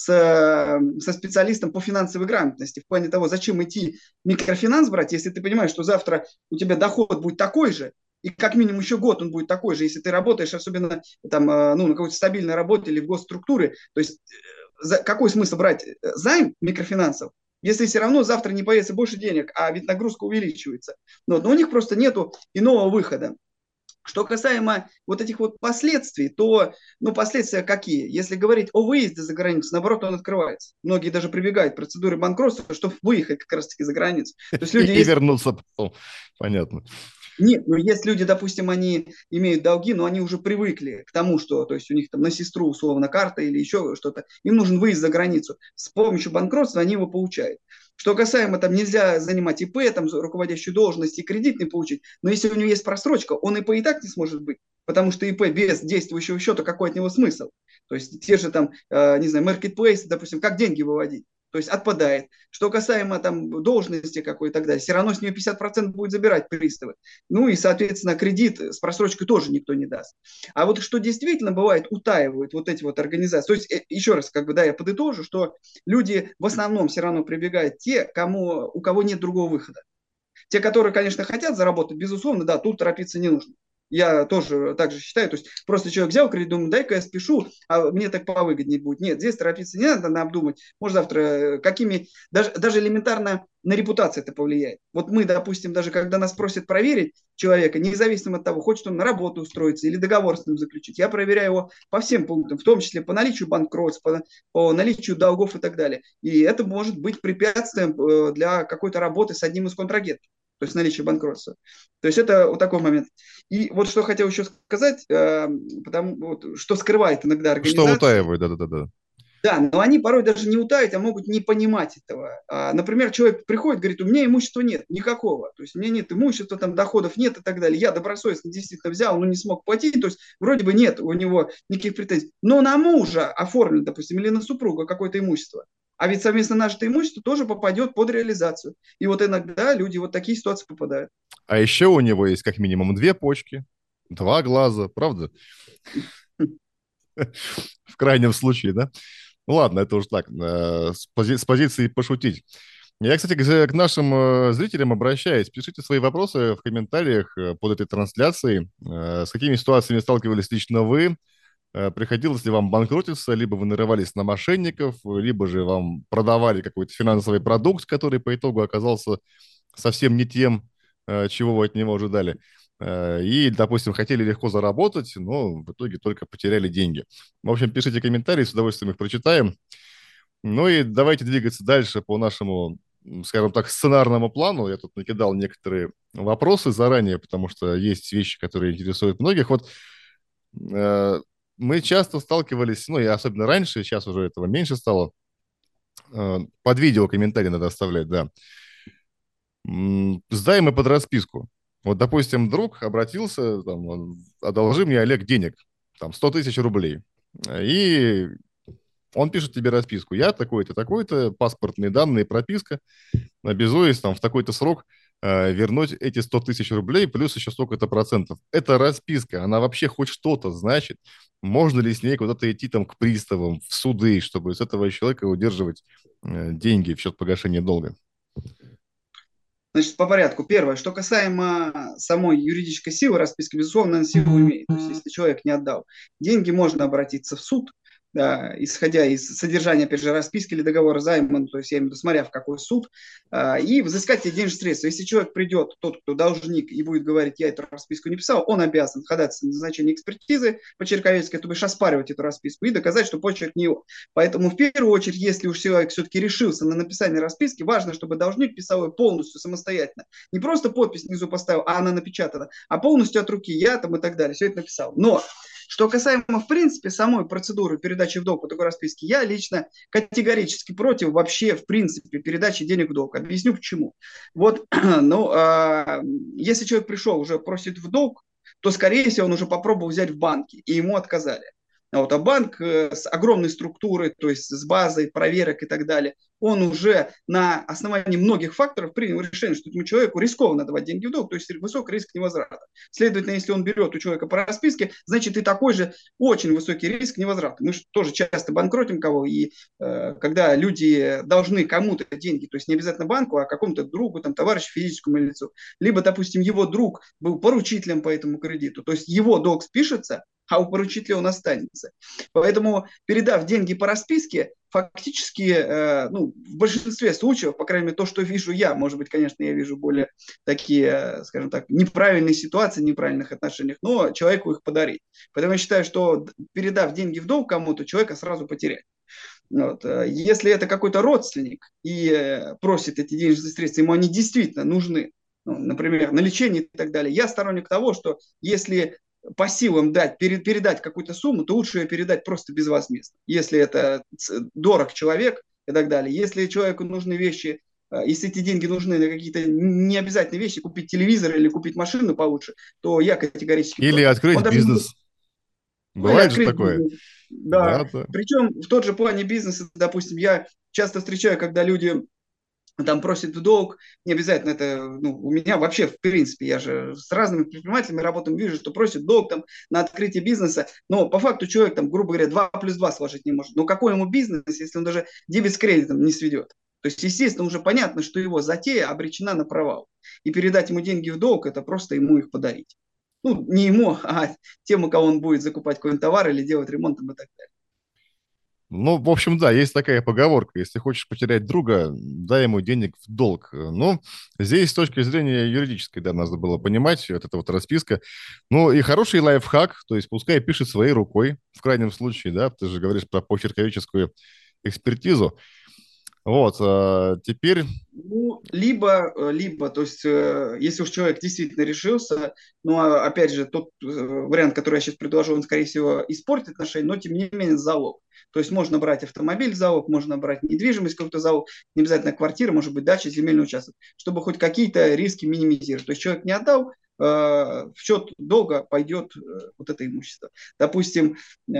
B: со специалистом по финансовой грамотности в плане того, зачем идти микрофинанс брать, если ты понимаешь, что завтра у тебя доход будет такой же, и как минимум еще год он будет такой же, если ты работаешь, особенно там, э, ну, на какой-то стабильной работе или в госструктуре. То есть э, за, какой смысл брать э, займ микрофинансов, если все равно завтра не появится больше денег, а ведь нагрузка увеличивается. Но, но у них просто нету иного выхода. Что касаемо вот этих вот последствий, то, ну, последствия какие? Если говорить о выезде за границу, наоборот, он открывается. Многие даже прибегают к процедуре банкротства, чтобы выехать как раз-таки за границу. То есть
A: И,
B: люди,
A: и
B: есть
A: вернуться потом. Понятно.
B: нет, ну есть люди, допустим, они имеют долги, но они уже привыкли к тому, что, то есть у них там на сестру условно карта или еще что-то, им нужен выезд за границу. С помощью банкротства они его получают. Что касаемо, там нельзя занимать ИП, там руководящую должность и кредит не получить, но если у него есть просрочка, он ИП и так не сможет быть, потому что ИП без действующего счета, какой от него смысл? То есть те же там, э, не знаю, маркетплейсы, допустим, как деньги выводить? То есть отпадает. Что касаемо там должности какой и так далее, все равно с нее пятьдесят процентов будет забирать приставы. Ну и, соответственно, кредит с просрочкой тоже никто не даст. А вот что действительно бывает, утаивают вот эти вот организации. То есть, э, еще раз, как бы, да, я подытожу, что люди в основном все равно прибегают те, кому, у кого нет другого выхода. Те, которые, конечно, хотят заработать, безусловно, да, тут торопиться не нужно. Я тоже так же считаю. То есть просто человек взял кредит, думаю, дай-ка я спешу, а мне так повыгоднее будет. Нет, здесь торопиться не надо, надо обдумать. Может, завтра э, какими, даже, даже элементарно на репутацию это повлияет. Вот мы, допустим, даже когда нас просят проверить человека, независимо от того, хочет он на работу устроиться или договор с ним заключить, я проверяю его по всем пунктам, в том числе по наличию банкротств, по, по наличию долгов и так далее. И это может быть препятствием э, для какой-то работы с одним из контрагентов, то есть наличие банкротства. То есть это вот такой момент. И вот что хотел еще сказать, э, потому, вот, что скрывает иногда
A: Что
B: организации.
A: утаивает, да-да-да.
B: Да, но они порой даже не утаять, а могут не понимать этого. А, например, человек приходит, говорит, у меня имущества нет, никакого. То есть у меня нет имущества, там доходов нет и так далее. Я добросовестно действительно взял, но не смог платить. То есть вроде бы нет у него никаких претензий. Но на мужа оформлено, допустим, или на супруга какое-то имущество. А ведь совместно нажитое имущество тоже попадет под реализацию. И вот иногда люди вот такие ситуации попадают.
A: А еще у него есть как минимум две почки, два глаза, правда? В крайнем случае, да? Ну ладно, это уж так, э, с, пози- с позиции пошутить. Я, кстати, к, к нашим э, зрителям обращаюсь. Пишите свои вопросы в комментариях э, под этой трансляцией. Э, с какими ситуациями сталкивались лично вы? Э, приходилось ли вам банкротиться, либо вы нарывались на мошенников, либо же вам продавали какой-то финансовый продукт, который по итогу оказался совсем не тем, э, чего вы от него ожидали. Э, И, допустим, хотели легко заработать, но в итоге только потеряли деньги. В общем, пишите комментарии, с удовольствием их прочитаем. Ну и давайте двигаться дальше по нашему, м, скажем так, сценарному плану. Я тут накидал некоторые вопросы заранее, потому что есть вещи, которые интересуют многих. Вот э, мы часто сталкивались, ну и особенно раньше, сейчас уже этого меньше стало, э, под видео комментарии надо оставлять, да. М, Займы под расписку. Вот, допустим, друг обратился, там, он, одолжи мне, Олег, денег, там, сто тысяч рублей. И он пишет тебе расписку. Я такой-то, такой-то, паспортные данные, прописка. Обязуюсь там в такой-то срок э, вернуть эти сто тысяч рублей, плюс еще столько-то процентов. Это расписка, она вообще хоть что-то значит. Можно ли с ней куда-то идти там к приставам, в суды, чтобы с этого человека удерживать э, деньги в счет погашения долга?
B: Значит, по порядку. Первое, что касаемо самой юридической силы расписки, безусловно, она силу имеет. То есть, если человек не отдал деньги, можно обратиться в суд, да, исходя из содержания, опять же, расписки или договора займа, ну, то есть, я имею в виду, смотря в какой суд, а, и взыскать эти денежные средства. Если человек придет, тот, кто должник, и будет говорить, я эту расписку не писал, он обязан ходатайствовать на назначение экспертизы по Черковецкой, то бишь оспаривать эту расписку и доказать, что почерк не его. Поэтому в первую очередь, если уж человек все-таки решился на написание расписки, важно, чтобы должник писал ее полностью самостоятельно. Не просто подпись внизу поставил, а она напечатана, а полностью от руки, я там и так далее. Все это написал. Но что касаемо, в принципе, самой процедуры передачи в долг по такой расписке, я лично категорически против вообще, в принципе, передачи денег в долг. Объясню почему. Вот, ну, а, если человек пришел, уже просит в долг, то, скорее всего, он уже попробовал взять в банке, и ему отказали. Вот, а банк э, с огромной структурой, то есть с базой проверок и так далее, он уже на основании многих факторов принял решение, что этому человеку рискованно давать деньги в долг, то есть высокий риск невозврата. Следовательно, если он берет у человека по расписке, значит и такой же очень высокий риск невозврата. Мы же тоже часто банкротим кого, и э, когда люди должны кому-то деньги, то есть не обязательно банку, а какому-то другу, там, товарищу, физическому лицу, либо, допустим, его друг был поручителем по этому кредиту, то есть его долг спишется, а у поручителя он останется. Поэтому, передав деньги по расписке, фактически, э, ну, в большинстве случаев, по крайней мере, то, что вижу я, может быть, конечно, я вижу более такие, э, скажем так, неправильные ситуации, неправильных отношениях, но человеку их подарить. Поэтому я считаю, что передав деньги в долг кому-то, человека сразу потерять. Вот. Если это какой-то родственник и э, просит эти денежные средства, ему они действительно нужны, ну, например, на лечение и так далее, я сторонник того, что если по силам дать, перед, передать какую-то сумму, то лучше ее передать просто безвозмездно, если это дорог человек и так далее. Если человеку нужны вещи, э, если эти деньги нужны на какие-то необязательные вещи, купить телевизор или купить машину получше, то я категорически
A: Или
B: против.
A: открыть
B: Он даже может,
A: бизнес.
B: ну, или
A: Бывает же
B: открыть
A: такое?
B: бизнес.
A: Да,
B: Да.
A: да.
B: Причем в тот же плане бизнеса, допустим, я часто встречаю, когда люди там просят в долг, не обязательно это, ну, у меня вообще, в принципе, я же с разными предпринимателями работаю, вижу, что просят долг там на открытие бизнеса, но по факту человек там, грубо говоря, два плюс два сложить не может. Ну, какой ему бизнес, если он даже дебет с кредитом не сведет? То есть, естественно, уже понятно, что его затея обречена на провал. И передать ему деньги в долг, это просто ему их подарить. Ну, не ему, а тем, у кого он будет закупать какой-нибудь товар или делать ремонт и так далее.
A: Ну, в общем, да, есть такая поговорка. Если хочешь потерять друга, дай ему денег в долг. Ну, здесь с точки зрения юридической, да, надо было понимать, вот эта вот расписка. Ну, и хороший лайфхак, то есть пускай пишет своей рукой, в крайнем случае, да, ты же говоришь про почерковедческую экспертизу. Вот, а теперь...
B: Ну, либо, э, либо, то есть, э, если уж человек действительно решился, ну, а, опять же, тот э, вариант, который я сейчас предложу, он, скорее всего, испортит отношения, но, тем не менее, залог. То есть, можно брать автомобиль в залог, можно брать недвижимость какой-то залог, не обязательно квартира, может быть, дача, земельный участок, чтобы хоть какие-то риски минимизировать. То есть, человек не отдал, э, в счет долга пойдет э, вот это имущество. Допустим,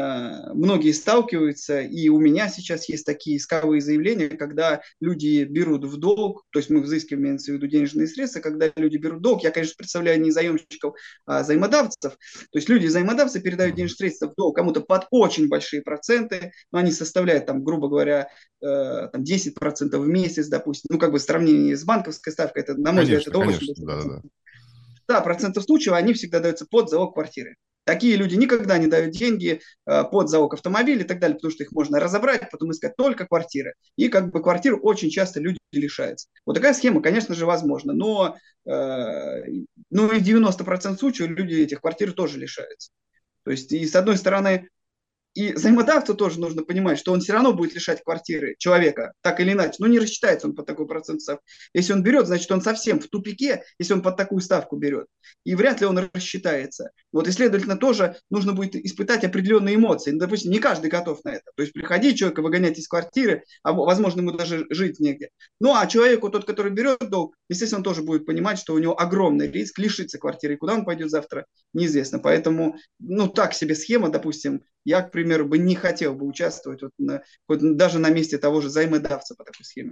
B: э, многие сталкиваются, и у меня сейчас есть такие исковые заявления, когда люди берут в долг, то есть мы взыскиваем, имеется в виду денежные средства, когда люди берут долг, я, конечно, представляю не заемщиков, а займодавцев, то есть люди-займодавцы передают денежные средства в долг кому-то под очень большие проценты, но они составляют, там, грубо говоря, э, там, десять процентов в месяц, допустим, ну, как бы в сравнении с банковской ставкой, это, на мой взгляд,
A: Конечно,
B: это очень
A: конечно,
B: большой процент.
A: да-да-да.
B: Да, процентов случаев они всегда даются под залог квартиры. Такие люди никогда не дают деньги э, под залог автомобиля и так далее, потому что их можно разобрать, потом искать только квартиры. И как бы квартиру очень часто люди лишаются. Вот такая схема, конечно же, возможна, но э, ну и в девяноста процентах случаев люди этих квартир тоже лишаются. То есть, и с одной стороны, и взаимодавцу тоже нужно понимать, что он все равно будет лишать квартиры человека, так или иначе. Ну, не рассчитается он под такой процент ставки. Если он берет, значит, он совсем в тупике, если он под такую ставку берет. И вряд ли он рассчитается. Вот, и, следовательно, тоже нужно будет испытать определенные эмоции. Ну, допустим, не каждый готов на это. То есть приходить человека, выгонять из квартиры, а, возможно, ему даже жить негде. Ну, а человеку, тот, который берет долг, естественно, он тоже будет понимать, что у него огромный риск лишиться квартиры. И куда он пойдет завтра, неизвестно. Поэтому, ну, так себе схема, допустим, я, к примеру, бы не хотел бы участвовать вот на, вот даже на месте того же займодавца по такой схеме.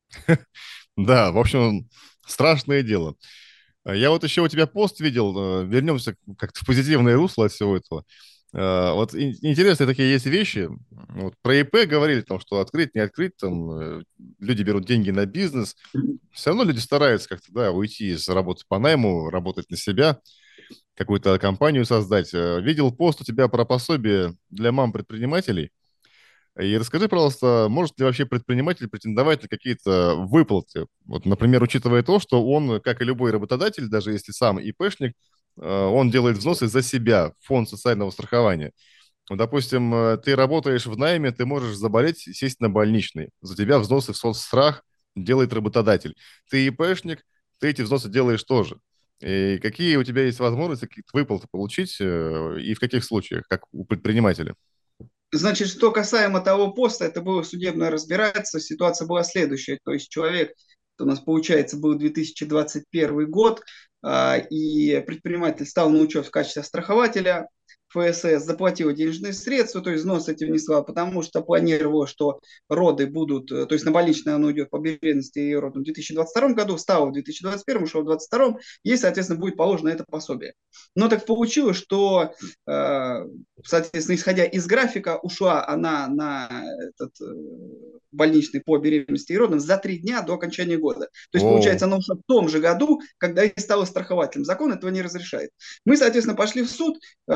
A: Да, в общем, страшное дело. А я вот еще у тебя пост видел, э, вернемся как-то в позитивное русло от всего этого. Э, Вот ин- интересные такие есть вещи. Вот про ИП говорили, там, что открыть, не открыть, там, э, люди берут деньги на бизнес. Все равно люди стараются как-то, да, уйти из работы по найму, работать на себя, какую-то компанию создать. Э, Видел пост у тебя про пособие для мам-предпринимателей. И расскажи, пожалуйста, может ли вообще предприниматель претендовать на какие-то выплаты? Вот, например, учитывая то, что он, как и любой работодатель, даже если сам ИПшник, э, он делает взносы за себя в фонд социального страхования. Вот, допустим, э, ты работаешь в найме, ты можешь заболеть, сесть на больничный. За тебя взносы в соцстрах делает работодатель. Ты ИПшник, ты эти взносы делаешь тоже. И какие у тебя есть возможности какие-то выплаты получить, э, и в каких случаях, как у предпринимателя?
B: Значит, что касаемо того поста, это было судебное разбирательство, ситуация была следующая. То есть человек, это у нас получается был две тысячи двадцать первый год, а, и предприниматель стал на учет в качестве страхователя, ФСС заплатила денежные средства, то есть взнос эти внесла, потому что планировала, что роды будут, э, то есть на больничное оно идет по беременности и родам в две тысячи двадцать втором году, стало в две тысячи двадцать первом, ушло в двадцать втором, ей, соответственно, будет положено это пособие. Но так получилось, что э, соответственно, исходя из графика, ушла она на этот э, больничный по беременности и родам за три дня до окончания года. То есть,
A: О,
B: получается, она ушла в том же году, когда и стала страхователем. Закон этого не разрешает. Мы, соответственно, пошли в суд э, с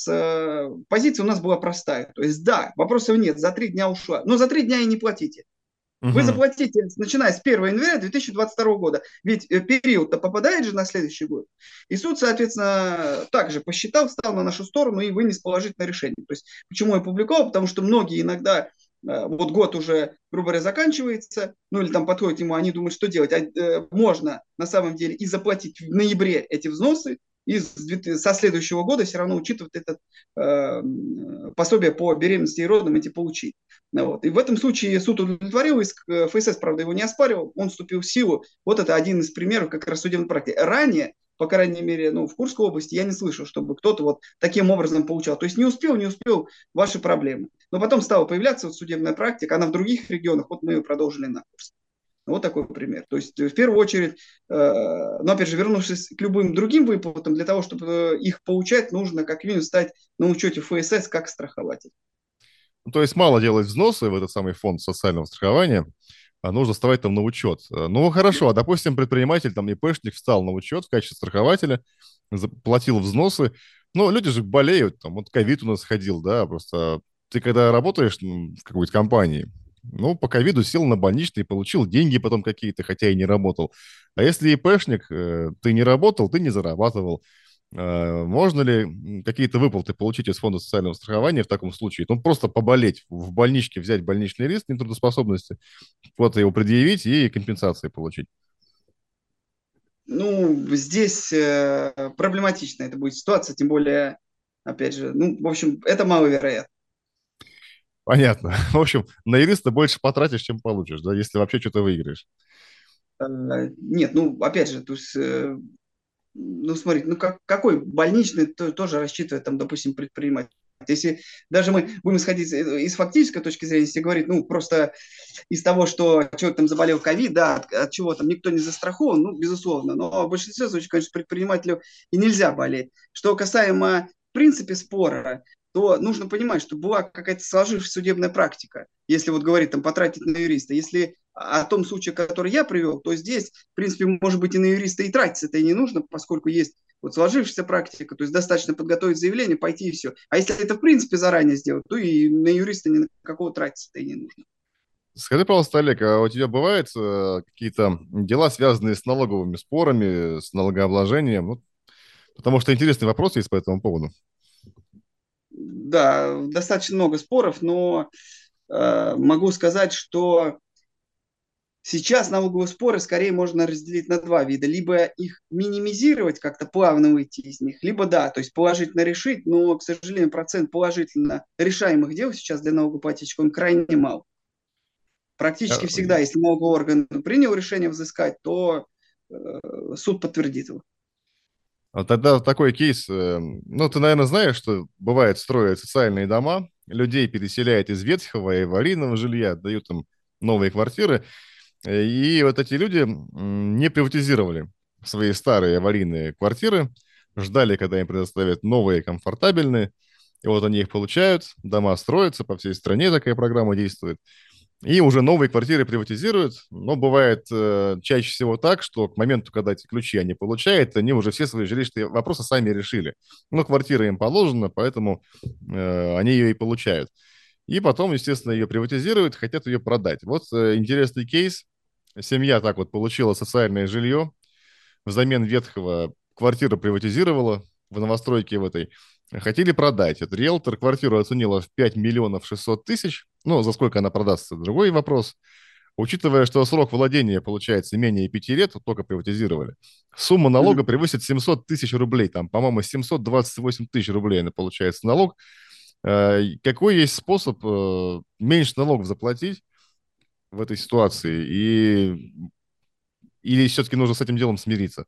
B: нас э, позиция у нас была простая. То есть, да, вопросов нет, за три дня ушла. Но за три дня и не платите. Вы
A: Мгм.
B: заплатите, начиная с первого января две тысячи двадцать второго года. Ведь э, период-то попадает же на следующий год. И суд, соответственно, также посчитал, встал на нашу сторону и вынес положительное решение. То есть, почему я публиковал? Потому что многие иногда, э, вот год уже, грубо говоря, заканчивается, ну или там подходит ему, они думают, что делать. А, э, можно на самом деле и заплатить в ноябре эти взносы, и со следующего года все равно учитывать это э, пособие по беременности и родам эти получить. Ну вот. И в этом случае суд удовлетворил, иск, ФСС, правда, его не оспаривал, он вступил в силу. Вот это один из примеров как раз судебной практики. Ранее, по крайней мере, ну, в Курской области я не слышал, чтобы кто-то вот таким образом получал. То есть не успел, не успел, ваши проблемы. Но потом стала появляться вот судебная практика, она в других регионах, вот мы ее продолжили на курсе. Вот такой пример. То есть, в первую очередь, э, но опять же, вернувшись к любым другим выплатам, для того, чтобы их получать, нужно как минимум стать на учете ФСС как страхователь.
A: Ну, то есть мало делать взносы в этот самый фонд социального страхования, а нужно вставать там на учет. Э, Ну, хорошо, а допустим, предприниматель, там, ИПшник встал на учет в качестве страхователя, заплатил взносы, но люди же болеют, там, вот ковид у нас ходил, да, просто ты когда работаешь м, в какой-то компании, ну, по ковиду сел на больничный, получил деньги потом какие-то, хотя и не работал. А если ИПшник, э, ты не работал, ты не зарабатывал. Э, Можно ли м, какие-то выплаты получить из фонда социального страхования в таком случае? Ну, просто поболеть в больничке, взять больничный лист нетрудоспособности, вот его предъявить и компенсации получить.
B: Ну, здесь э, проблематично это будет ситуация, тем более, опять же, ну, в общем, это маловероятно.
A: Понятно. В общем, на юриста больше потратишь, чем получишь, да, если вообще что-то выиграешь.
B: Э, Нет, ну, опять же, то есть, э, ну, смотрите, ну, как, какой больничный то- тоже рассчитывает, там, допустим, предприниматель. Если даже мы будем исходить из из фактической точки зрения, если говорить, ну, просто из того, что человек там заболел ковид, да, от, от чего там никто не застрахован, ну, безусловно, но в большинстве случаев, конечно, предпринимателю и нельзя болеть. Что касаемо, в принципе, спора, то нужно понимать, что была какая-то сложившаяся судебная практика, если вот говорить там потратить на юриста. Если о том случае, который я привел, то здесь, в принципе, может быть, и на юриста и тратиться это и не нужно, поскольку есть вот сложившаяся практика, то есть достаточно подготовить заявление, пойти и все. А если это, в принципе, заранее сделать, то и на юриста ни на какого тратиться-то и не нужно.
A: Скажи, пожалуйста, Олег, а у тебя бывают э, какие-то дела, связанные с налоговыми спорами, с налогообложением? Ну, потому что интересный вопрос есть по этому поводу.
B: Да, достаточно много споров, но э, могу сказать, что сейчас налоговые споры скорее можно разделить на два вида. Либо их минимизировать, как-то плавно выйти из них, либо да, то есть положительно решить, но, к сожалению, процент положительно решаемых дел сейчас для налогоплательщика он крайне мал. Практически
A: Я-
B: всегда, если налоговый орган принял решение взыскать, то э, суд подтвердит его.
A: А тогда такой кейс, э, ну, ты, наверное, знаешь, что бывает, строят социальные дома, людей переселяют из ветхого и аварийного жилья, дают им новые квартиры, э, и вот эти люди м, не приватизировали свои старые аварийные квартиры, ждали, когда им предоставят новые, комфортабельные, и вот они их получают, дома строятся, по всей стране такая программа действует. И уже новые квартиры приватизируют, но бывает э, чаще всего так, что к моменту, когда эти ключи они получают, они уже все свои жилищные вопросы сами решили. Но квартира им положена, поэтому э, они ее и получают. И потом, естественно, ее приватизируют, хотят ее продать. Вот э, интересный кейс. Семья так вот получила социальное жилье, взамен ветхого квартиру приватизировала в новостройке в этой. Хотели продать. Этот риэлтор квартиру оценила в пять миллионов шестьсот тысяч. Ну, за сколько она продастся, другой вопрос. Учитывая, что срок владения получается менее пяти лет, вот только приватизировали, сумма налога превысит семьсот тысяч рублей. Там, по-моему, семьсот двадцать восемь тысяч рублей она получается налог. Э, Какой есть способ э, меньше налогов заплатить в этой ситуации? И, или все-таки нужно с этим делом смириться?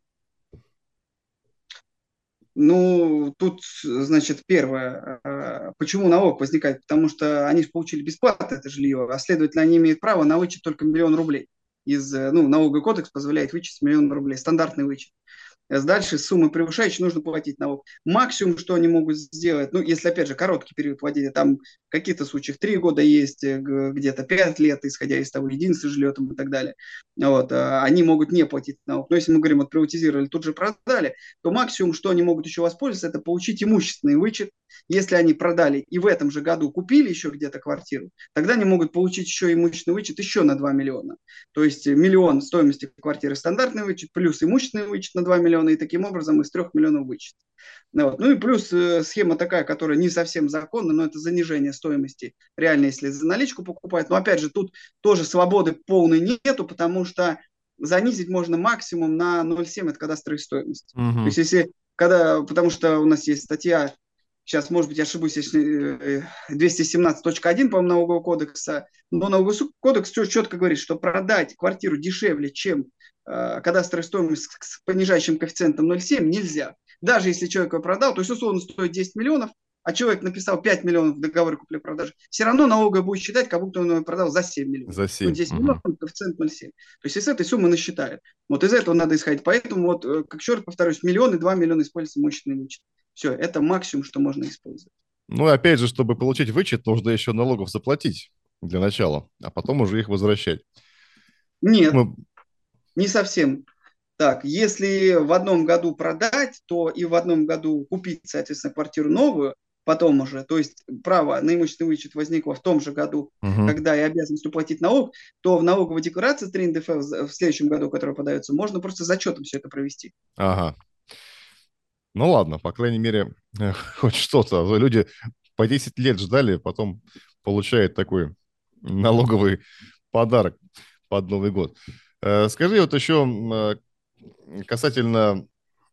B: Ну, тут, значит, первое, а, почему налог возникает? Потому что они же получили бесплатно это жилье, а следовательно, они имеют право на вычет только миллион рублей. Из, э, ну, налоговый кодекс позволяет вычесть миллион рублей, стандартный вычет. А дальше суммы превышающие нужно платить налог. Максимум, что они могут сделать, ну, если, опять же, короткий период владения, там в каких-то случаях три года есть, э, г- где-то пять лет, исходя из того, единственное жилье там и так далее. вот, а, они могут не платить налог. Но если мы говорим, вот приватизировали, тут же продали, то максимум, что они могут еще воспользоваться, это получить имущественный вычет. Если они продали и в этом же году купили еще где-то квартиру, тогда они могут получить еще имущественный вычет еще на два миллиона. То есть миллион стоимости квартиры стандартный вычет, плюс имущественный вычет на два миллиона, и таким образом из трех миллионов вычет. Ну, вот. Ну и плюс э, схема такая, которая не совсем законна, но это занижение стоимости, реально, если за наличку покупать. Но опять же, тут тоже свободы полной нету, потому что занизить можно максимум на ноль целых семь десятых, это кадастровая стоимость. То
A: Угу.
B: есть если, когда, потому что у нас есть статья, сейчас, может быть, я ошибусь, если э, двести семнадцать точка один, по-моему, налогового кодекса, но налоговый кодекс четко говорит, что продать квартиру дешевле, чем э, кадастровая стоимость с понижающим коэффициентом ноль целых семь десятых, нельзя. Даже если человек его продал, то есть условно стоит десять миллионов, а человек написал пять миллионов в договоре купли-продажи, все равно налоговая будет считать, как будто он его продал за семь миллионов.
A: За
B: Ну,
A: семь.
B: десять
A: Угу.
B: миллионов, коэффициент ноль целых семь. То есть из этой суммы насчитают. Вот из этого надо исходить. Поэтому, вот, э, как еще раз повторюсь, миллион и два миллиона используется имущественный вычет. Все, это максимум, что можно использовать.
A: Ну, и опять же, чтобы получить вычет, нужно еще налогов заплатить для начала, а потом уже их возвращать.
B: Нет,
A: Ну,
B: не совсем. Так, если в одном году продать, то и в одном году купить, соответственно, квартиру новую, потом уже, то есть право на имущественный вычет возникло в том же году,
A: угу.
B: когда и обязанность уплатить налог, то в налоговой декларации три эн дэ эф в следующем году, который подается, можно просто зачетом все это провести.
A: Ага. Ну, ладно, по крайней мере, э, хоть что-то. А то люди по десять лет ждали, потом получают такой налоговый подарок под Новый год. Э, Скажи вот еще э, касательно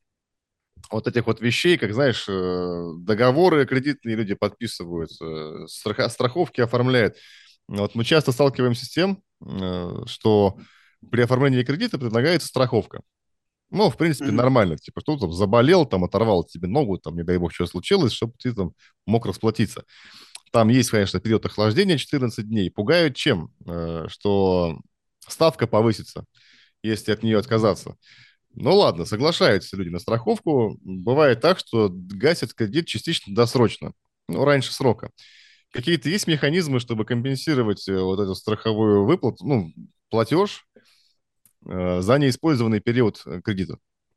A: вот этих вот вещей, как, знаешь, э, договоры кредитные люди подписывают, э, страха- страховки оформляют. Вот мы часто сталкиваемся с тем, э, что при оформлении кредита предлагается страховка. Ну, в принципе,
B: Мгм.
A: нормально. Типа, что там, заболел, там, оторвал тебе ногу, там, не дай бог, что случилось, чтобы ты там мог расплатиться. Там есть, конечно, период охлаждения четырнадцать дней. Пугают чем? Э, Что ставка повысится, если от нее отказаться. Ну ладно, соглашаются люди на страховку. Бывает так, что гасят кредит частично досрочно, ну, раньше срока. Какие-то есть механизмы, чтобы компенсировать э, вот эту страховую выплату, ну, платеж э, за неиспользованный период э, кредита?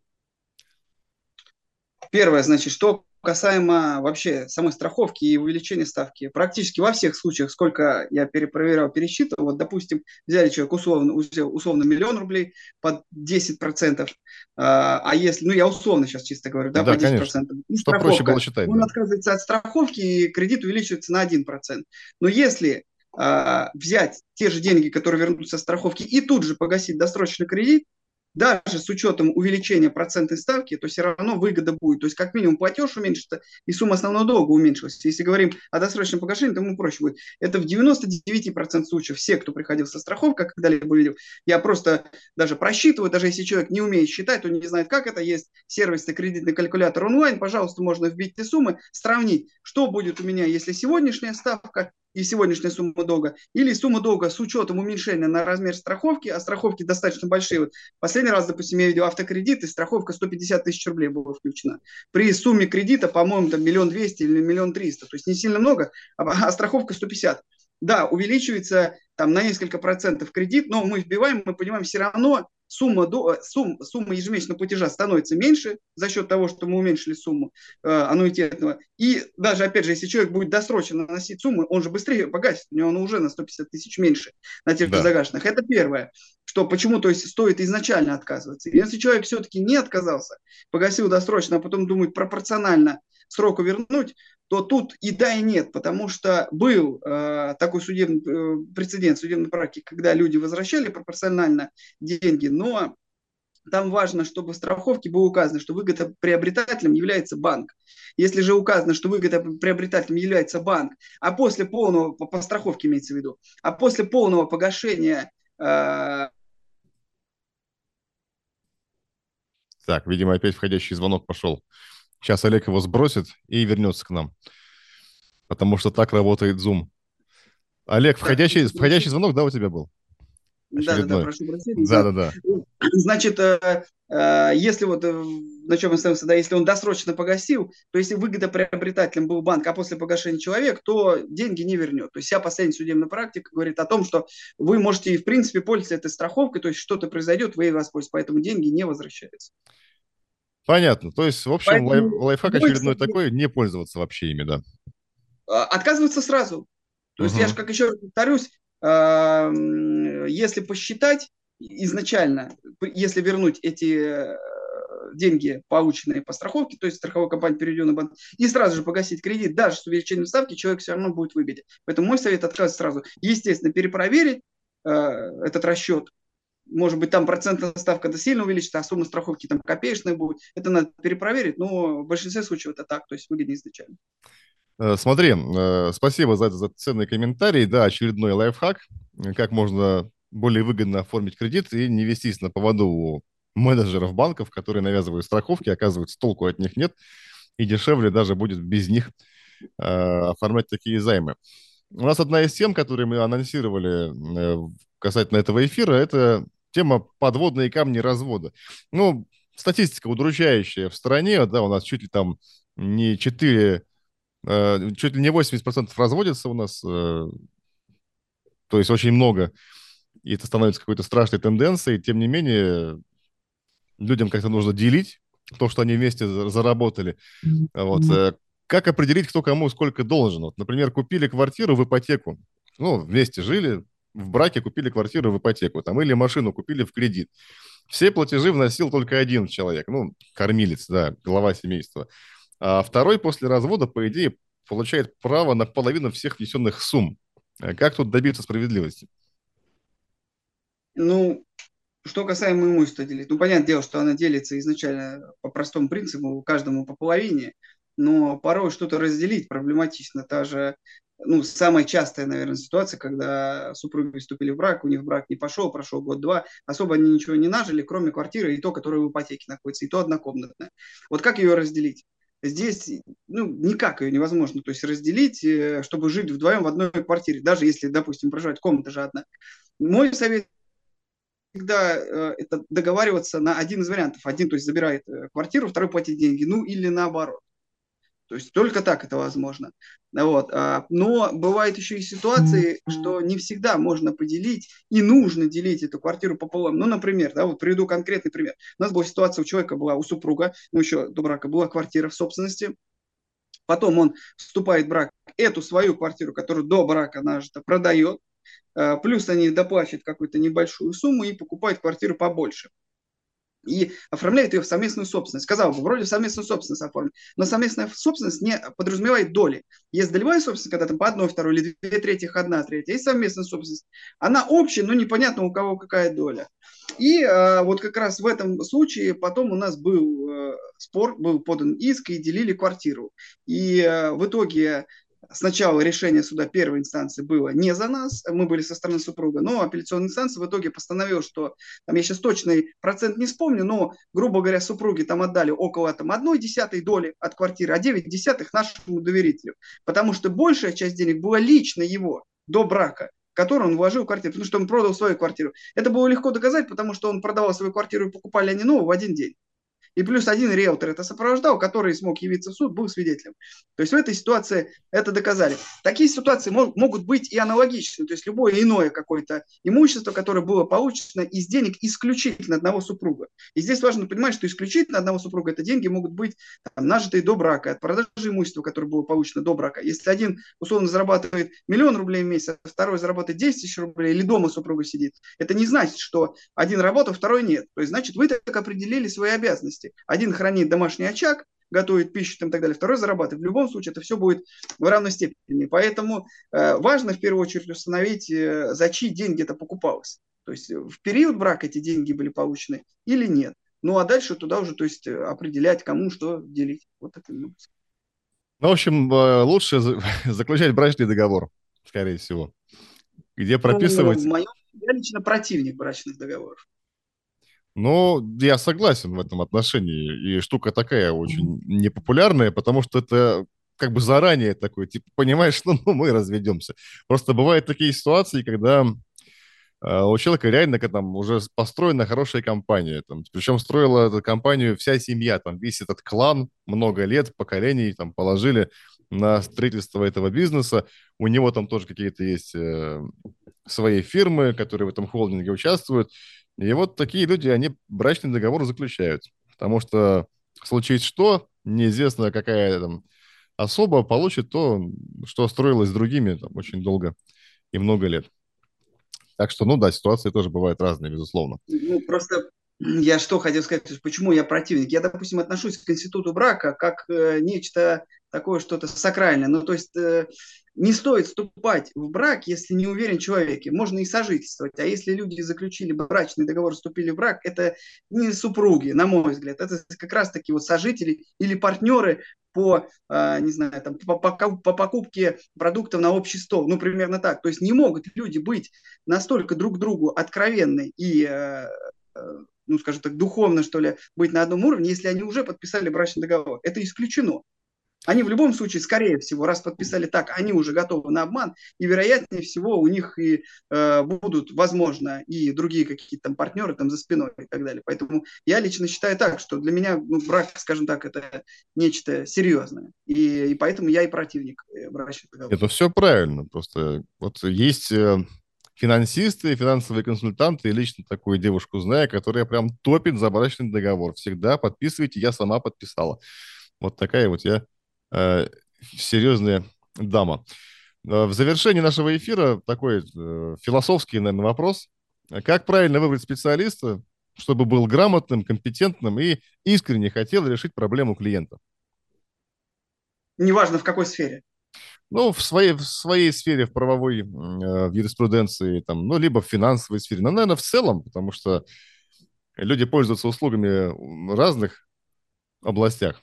B: Первое, значит, что касаемо вообще самой страховки и увеличения ставки. Практически во всех случаях, сколько я перепроверял, пересчитывал, вот, допустим, взяли человек условно, взял условно миллион рублей под десять процентов, а а если, ну я условно сейчас чисто говорю, да, по
A: Да,
B: десять
A: конечно.
B: процентов, и
A: Что проще было
B: страховка,
A: считать,
B: он
A: да.
B: отказывается от страховки, и кредит увеличивается на один процент. Но если а, взять те же деньги, которые вернутся со страховки, и тут же погасить досрочный кредит, даже с учетом увеличения процентной ставки, то все равно выгода будет. То есть как минимум платеж уменьшится и сумма основного долга уменьшилась. Если говорим о досрочном погашении, то ему проще будет. Это в девяноста девяти процентах случаев все, кто приходил со страховкой, когда-либо видел, я просто даже просчитываю, даже если человек не умеет считать, он не знает, как это, есть сервисный кредитный калькулятор онлайн, пожалуйста, можно вбить эти суммы, сравнить, что будет у меня, если сегодняшняя ставка и сегодняшняя сумма долга, или сумма долга с учетом уменьшения на размер страховки, а страховки достаточно большие. Вот последний раз, допустим, я видел автокредит, и страховка сто пятьдесят тысяч рублей была включена. При сумме кредита, по-моему, там миллион двести или миллион триста, то есть не сильно много, а, а страховка сто пятьдесят. Да, увеличивается там на несколько процентов кредит, но мы вбиваем, мы понимаем, все равно сумма, до, сумма, сумма ежемесячного платежа становится меньше за счет того, что мы уменьшили сумму э, аннуитетного. И даже, опять же, если человек будет досрочно наносить сумму, он же быстрее погасит, у него оно уже на сто пятьдесят тысяч меньше на тех же
A: Да,
B: загашенных. Это первое, что почему, то есть стоит изначально отказываться. И если человек все-таки не отказался, погасил досрочно, а потом думает пропорционально сроку вернуть, то тут и да, и нет, потому что был э, такой судебный э, прецедент судебной практики, когда люди возвращали пропорционально деньги, но там важно, чтобы в страховке было указано, что выгодоприобретателем является банк. Если же указано, что выгодоприобретателем является банк, а после полного, по, по страховке имеется в виду, а после полного погашения э,
A: так, видимо, опять входящий звонок пошел. Сейчас Олег его сбросит и вернется к нам, потому что так работает Zoom. Олег,
B: так,
A: входящий, входящий звонок, да, у тебя был?
B: да, да, да,
A: Очередной.
B: прошу прощения. Да.
A: Да-да-да.
B: Значит, э, э, если вот э, на чем остановился, да, если он досрочно погасил, то если выгодоприобретателем был банк, а после погашения человек, то деньги не вернет. То есть вся последняя судебная практика говорит о том, что вы можете, в принципе, пользоваться этой страховкой, то есть что-то произойдет, вы ей воспользуетесь, поэтому деньги не возвращаются.
A: Понятно. То есть, в общем, лайф,
B: Поэтому
A: лайфхак очередной такой, не пользоваться вообще ими, да.
B: отказываться сразу. То есть я же,
A: Угу.
B: как еще раз повторюсь, а, если посчитать изначально, если вернуть эти э, деньги, полученные по страховке, то есть страховая компания перейдет на банк, и сразу же погасить кредит, даже с увеличением ставки, человек все равно будет в выгоде. Поэтому мой совет отказываться сразу. Естественно, перепроверить э, этот расчет. Может быть, там процентная ставка да сильно увеличится, а сумма страховки там копеечная будет. Это надо перепроверить, но в большинстве случаев это так, то есть выгоднее изначально.
A: Э, Смотри, э, спасибо за, за ценный комментарий. Да, очередной лайфхак, э, как можно более выгодно оформить кредит и не вестись на поводу у менеджеров банков, которые навязывают страховки, оказывается, толку от них нет, и дешевле даже будет без них э, оформлять такие займы. У нас одна из тем, которые мы анонсировали э, касательно этого эфира, это тема подводные камни развода. Ну, статистика удручающая в стране, да, у нас чуть ли там не четыре Э, чуть ли не восемьдесят процентов разводятся у нас, э, то есть очень много, и это становится какой-то страшной тенденцией. Тем не менее, людям как-то нужно делить то, что они вместе за- заработали. Вот. э, Как определить, кто кому сколько должен? Вот, например, купили квартиру в ипотеку, ну, вместе жили, в браке купили квартиру в ипотеку, там, или машину купили в кредит. Все платежи вносил только один человек, ну, кормилец, да, глава семейства. А второй после развода, по идее, получает право на половину всех внесенных сумм. А как тут добиться справедливости?
B: Ну, что касаемо имущества делить, ну, понятное дело, что она делится изначально по простому принципу, каждому по половине, но порой что-то разделить проблематично. Та же, ну, самая частая, наверное, ситуация, когда супруги вступили в брак, у них брак не пошел, прошел год-два, особо они ничего не нажили, кроме квартиры и то, которое в ипотеке находится, и то однокомнатное. Вот как ее разделить? Здесь, ну, никак ее невозможно, то есть разделить, э, чтобы жить вдвоем в одной квартире, даже если, допустим, проживать комната же одна. Мой совет всегда э, это договариваться на один из вариантов. Один, то есть забирает э, квартиру, второй платит деньги, ну или наоборот. То есть только так это возможно. Вот. А, но бывают еще и ситуации, что не всегда можно поделить и нужно делить эту квартиру пополам. Ну, например, да, вот приведу конкретный пример. У нас была ситуация, у человека была, у супруга, ну еще до брака, была квартира в собственности. Потом он вступает в брак, эту свою квартиру, которую до брака нажито, продает. Э, Плюс они доплачивают какую-то небольшую сумму и покупают квартиру побольше и оформляет ее в совместную собственность. Сказал бы, вроде совместную собственность оформить, но совместная собственность не подразумевает доли. Есть долевая собственность, когда там по одной, второй или две трети, одна третья. Есть совместная собственность. Она общая, но непонятно у кого какая доля. И э, вот как раз в этом случае потом у нас был э, спор, был подан иск и делили квартиру. И э, в итоге сначала решение суда первой инстанции было не за нас, мы были со стороны супруга, но апелляционная инстанция в итоге постановила, что, там я сейчас точный процент не вспомню, но, грубо говоря, супруги там отдали около там, одной десятой доли от квартиры, а девять десятых нашему доверителю, потому что большая часть денег была лично его до брака, который он вложил в квартиру, потому что он продал свою квартиру. Это было легко доказать, потому что он продавал свою квартиру и покупали они новую в один день. И плюс один риэлтор это сопровождал, который смог явиться в суд, был свидетелем. То есть в этой ситуации это доказали. Такие ситуации мог, могут быть и аналогичны. То есть любое иное какое-то имущество, которое было получено из денег исключительно одного супруга. И здесь важно понимать, что исключительно одного супруга это деньги могут быть там, нажитые до брака, от продажи имущества, которое было получено до брака. Если один условно зарабатывает миллион рублей в месяц, а второй зарабатывает десять тысяч рублей, или дома супруга сидит, это не значит, что один работал, второй нет. То есть, значит, вы так определили свои обязанности. Один хранит домашний очаг, готовит пищу и так далее, второй зарабатывает. В любом случае это все будет в равной степени. Поэтому э, важно в первую очередь установить, э, за чьи деньги это покупалось. То есть в период брака эти деньги были получены или нет. Ну а дальше туда уже, то есть, определять, кому что делить. Вот таким образом.
A: Ну, в общем, э, лучше за- заключать брачный договор, скорее всего, где
B: Ну,
A: прописывать.
B: мое, я лично противник брачных договоров.
A: Ну, я согласен в этом отношении. И штука такая очень непопулярная, потому что это как бы заранее такой, типа, понимаешь, ну, ну мы разведемся. Просто бывают такие ситуации, когда А у человека реально как там уже построена хорошая компания. Там, причем строила эту компанию вся семья, там весь этот клан много лет, поколений там положили на строительство этого бизнеса. У него там тоже какие-то есть э, свои фирмы, которые в этом холдинге участвуют. И вот такие люди, они брачный договор заключают. Потому что случись что, неизвестно, какая там особа получит то, что строилось с другими там, очень долго и много лет. Так что, ну да, ситуации тоже бывают разные, безусловно.
B: Ну, просто я что хотел сказать, то есть почему я противник. Я, допустим, отношусь к институту брака как э, нечто такое, что-то сакральное. Ну, то есть э, не стоит вступать в брак, если не уверен в человеке. Можно и сожительствовать. А если люди заключили брачный договор, вступили в брак, это не супруги, на мой взгляд. Это как раз-таки вот сожители или партнеры по, э, не знаю, там, по, по, по покупке продуктов на общий стол. Ну, примерно так. То есть не могут люди быть настолько друг другу откровенны и э, ну, скажем так, духовно, что ли, быть на одном уровне, если они уже подписали брачный договор. Это исключено. Они в любом случае, скорее всего, раз подписали так, они уже готовы на обман, и вероятнее всего у них и э, будут, возможно, и другие какие-то там партнеры там за спиной и так далее. Поэтому я лично считаю так, что для меня ну, брак, скажем так, это нечто серьезное. И, и поэтому я и противник э, брачных договоров.
A: Это все правильно. Просто вот есть э, финансисты, финансовые консультанты, и лично такую девушку знаю, которая прям топит за брачный договор. Всегда подписывайте, я сама подписала. Вот такая вот я э, серьезная дама. Э, В завершении нашего эфира такой э, философский, наверное, вопрос. Как правильно выбрать специалиста, чтобы был грамотным, компетентным и искренне хотел решить проблему клиента?
B: Неважно в какой сфере.
A: Ну, в своей, в своей сфере, в правовой, м, э, в юриспруденции, там, ну, либо в финансовой сфере. Ну, наверное, в целом, потому что люди пользуются услугами в разных областях.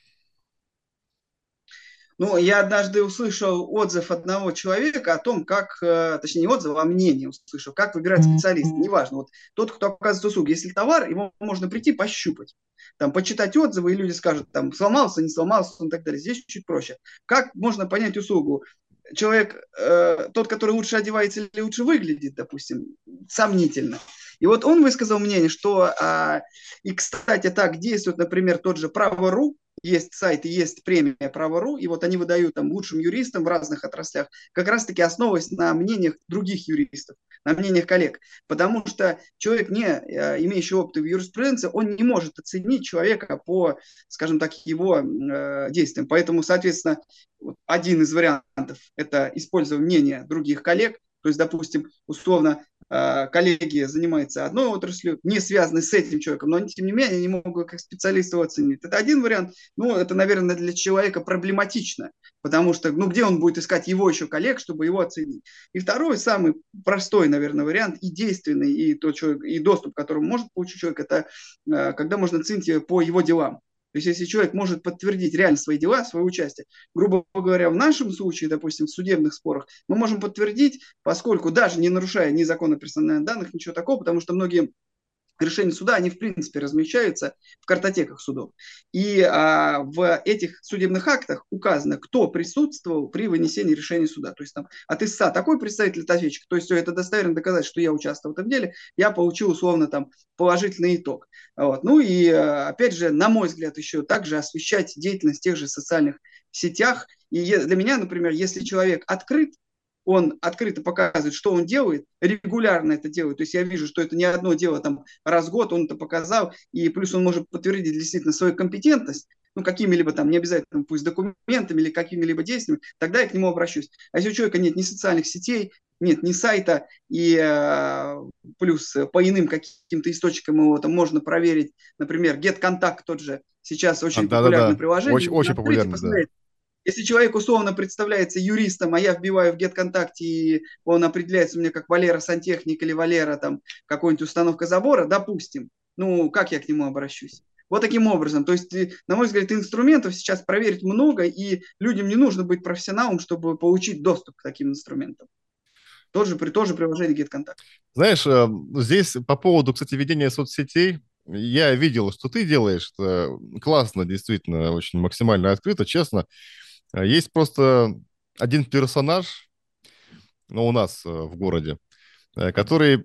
B: Ну, я однажды услышал отзыв одного человека о том, как, э, точнее, не отзыв, а мнение услышал, как выбирать специалиста. Неважно, вот тот, кто оказывает услуги, если товар, его можно прийти пощупать, там, почитать отзывы, и люди скажут, там, сломался, не сломался, и так далее. Здесь чуть проще. Как можно понять услугу? Человек, э, тот, который лучше одевается или лучше выглядит, допустим, сомнительно. И вот он высказал мнение, что, а, и, кстати, так действует, например, тот же Право.ру, есть сайт и есть премия Право.ру, и вот они выдают там лучшим юристам в разных отраслях, как раз-таки основываясь на мнениях других юристов, на мнениях коллег. Потому что человек, не э, имеющий опыта в юриспруденции, он не может оценить человека по, скажем так, его э, действиям. Поэтому, соответственно, вот один из вариантов – это использование мнения других коллег, то есть, допустим, условно, коллеги занимаются одной отраслью, не связаны с этим человеком, но они, тем не менее, не могут как специалисты его оценить. Это один вариант. Ну, это, наверное, для человека проблематично, потому что, ну, где он будет искать его еще коллег, чтобы его оценить? И второй, самый простой, наверное, вариант, и действенный, и, тот человек, и доступ, к которому может получить человек, это когда можно оценить по его делам. То есть, если человек может подтвердить реально свои дела, свое участие, грубо говоря, в нашем случае, допустим, в судебных спорах, мы можем подтвердить, поскольку даже не нарушая ни закона о персональных данных, ничего такого, потому что многие решения суда, они в принципе размещаются в картотеках судов. И а, в этих судебных актах указано, кто присутствовал при вынесении решения суда. То есть там от истца такой представитель ответчика, то есть все это достоверно доказать, что я участвовал в этом деле, я получил условно там положительный итог. Вот. Ну и опять же, на мой взгляд, еще также освещать деятельность тех же социальных сетях. И для меня, например, если человек открыт, он открыто показывает, что он делает, регулярно это делает. То есть я вижу, что это не одно дело там раз в год, он это показал, и плюс он может подтвердить действительно свою компетентность, ну, какими-либо там, не обязательно, пусть документами или какими-либо действиями, тогда я к нему обращусь. А если у человека нет ни социальных сетей, нет ни сайта, и э, плюс по иным каким-то источникам его там можно проверить, например, GetContact тот же, сейчас
A: А,
B: очень популярное
A: да-да-да,
B: приложение,
A: очень,
B: можно
A: очень
B: открыть и
A: популярно, да.
B: посмотреть. Если человек условно представляется юристом, а я вбиваю в GetContact, и он определяется у меня как Валера Сантехник или Валера там какой-нибудь установка забора, допустим, ну, как я к нему обращусь? Вот таким образом. То есть, на мой взгляд, инструментов сейчас проверить много, и людям не нужно быть профессионалом, чтобы получить доступ к таким инструментам. Тоже при тоже приложение GetContact.
A: Знаешь, э, здесь по поводу, кстати, ведения соцсетей, я видел, что ты делаешь. Это классно, действительно, очень максимально открыто, честно. Э, Есть просто один персонаж, ну, у нас э, в городе, э, который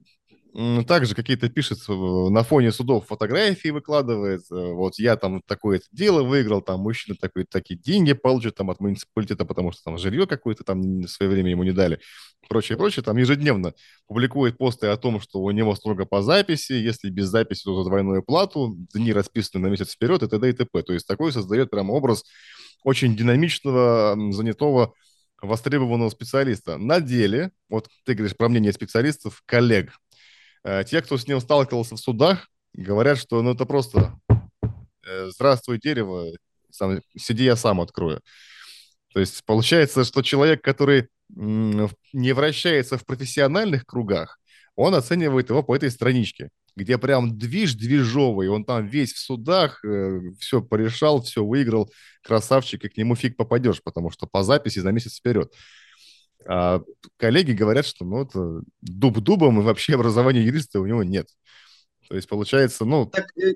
A: М, Также какие-то пишет э, на фоне судов фотографии выкладывает. э, Вот я там такое дело выиграл, там мужчина такой, такие деньги получит там от муниципалитета, потому что там жилье какое-то там в свое время ему не дали. Прочее, прочее. Там ежедневно публикует посты о том, что у него строго по записи, если без записи, то за двойную плату, дни расписаны на месяц вперед и т.д. и т.п. То есть такой создает прям образ очень динамичного, м, занятого, востребованного специалиста. На деле, вот ты говоришь про мнение специалистов, коллег, Э, те, кто с ним сталкивался в судах, говорят, что ну, это просто э, «здравствуй, дерево, сам, сиди, я сам открою». То есть получается, что человек, который м, не вращается в профессиональных кругах, он оценивает его по этой страничке, где прям движ движовый, он там весь в судах, э, все порешал, все выиграл, красавчик, и к нему фиг попадешь, потому что по записи за месяц вперед. А коллеги говорят, что ну, это дуб дубом, и вообще образования юриста у него нет. То есть получается, ну,
B: Так э,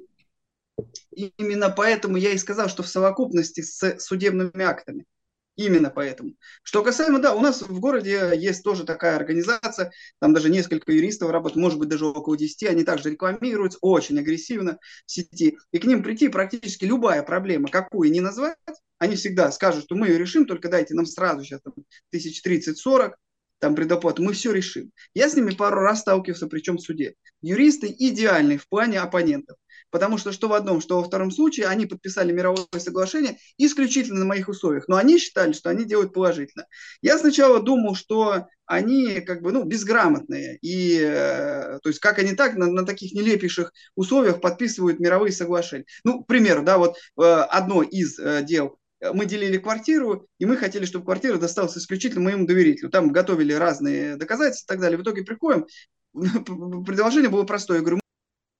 B: именно поэтому я и сказал, что в совокупности с судебными актами. Именно поэтому. Что касаемо, да, у нас в городе есть тоже такая организация, там даже несколько юристов работают, может быть, даже около десяти, они также рекламируются очень агрессивно в сети. И к ним прийти практически любая проблема, какую ни назвать, они всегда скажут, что мы ее решим, только дайте нам сразу сейчас там, тысяч тридцать-сорок, там предоплату, мы все решим. Я с ними пару раз сталкивался, причем в суде. Юристы идеальны в плане оппонентов. Потому что что в одном, что во втором случае они подписали мировое соглашение исключительно на моих условиях. Но они считали, что они делают положительно. Я сначала думал, что они как бы, ну, безграмотные. И, э, то есть, как они так на, на таких нелепейших условиях подписывают мировые соглашения. Ну, к примеру, да, вот э, одно из э, дел. Мы делили квартиру, и мы хотели, чтобы квартира досталась исключительно моему доверителю. Там готовили разные доказательства и так далее. В итоге приходим, предложение было простое. Я говорю,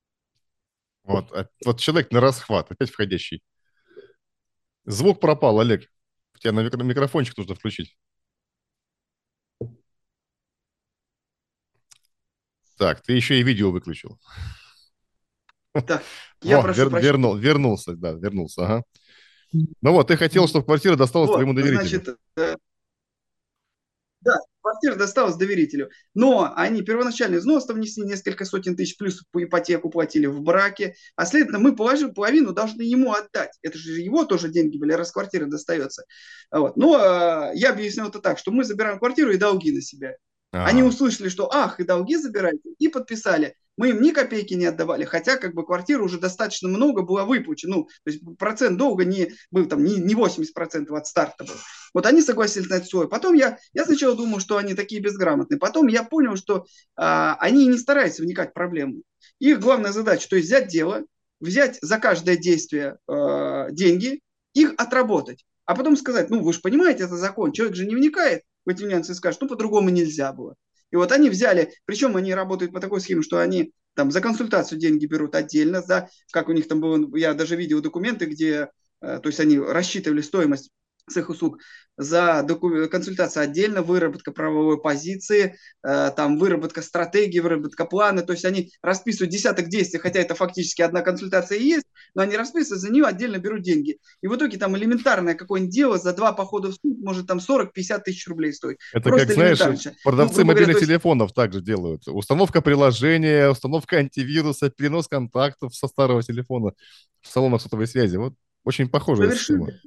A: вот, а- вот человек на расхват, опять входящий. Звук пропал, Олег. У тебя на микро- микрофончик нужно включить. Так, ты еще и видео выключил.
B: так, я
A: Во,
B: прошу
A: вер- вернул,
B: прощения.
A: вернулся, да, вернулся, ага. Ну вот, ты хотел, чтобы квартира досталась
B: Вот,
A: твоему доверителю.
B: значит, э, да, квартира досталась доверителю. Но они первоначальный взнос там внесли несколько сотен тысяч, плюс по ипотеку платили в браке. А следовательно, мы положим, половину должны ему отдать. Это же его тоже деньги были, раз квартира достается. Вот. Но э, я объяснил это так, что мы забираем квартиру и долги на себя. Они
A: А,
B: услышали, что ах, и долги забираете, и подписали. Мы им ни копейки не отдавали, хотя как бы квартира уже достаточно много была выплачена. Ну, то есть процент долга не был там не, не восемьдесят процентов от старта был. Вот они согласились на это свой. Потом я, я сначала думал, что они такие безграмотные. Потом я понял, что а, они не стараются вникать в проблему. Их главная задача, то есть взять дело, взять за каждое действие э, деньги, их отработать. А потом сказать, ну вы же понимаете, это закон, человек же не вникает в эти нюансы и скажет, ну по-другому нельзя было. И вот они взяли, причем они работают по такой схеме, что они там за консультацию деньги берут отдельно, за, как у них там было, я даже видел документы, где, э, то есть они рассчитывали стоимость с их услуг за доку- консультацию отдельно, выработка правовой позиции, э, там выработка стратегии, выработка плана, то есть они расписывают десяток действий, хотя это фактически одна консультация и есть, но они расписывают, за нее отдельно берут деньги. И в итоге там элементарное какое-нибудь дело за два похода в суд может там сорок-пятьдесят тысяч рублей стоить.
A: это как,
B: Просто
A: знаешь,
B: элементарно. Ну,
A: продавцы
B: грубо говоря, то
A: мобильных
B: есть
A: телефонов также делают. Установка приложения, установка антивируса, перенос контактов со старого телефона в салонах сотовой связи. Вот очень похожая
B: совершенно.
A: схема.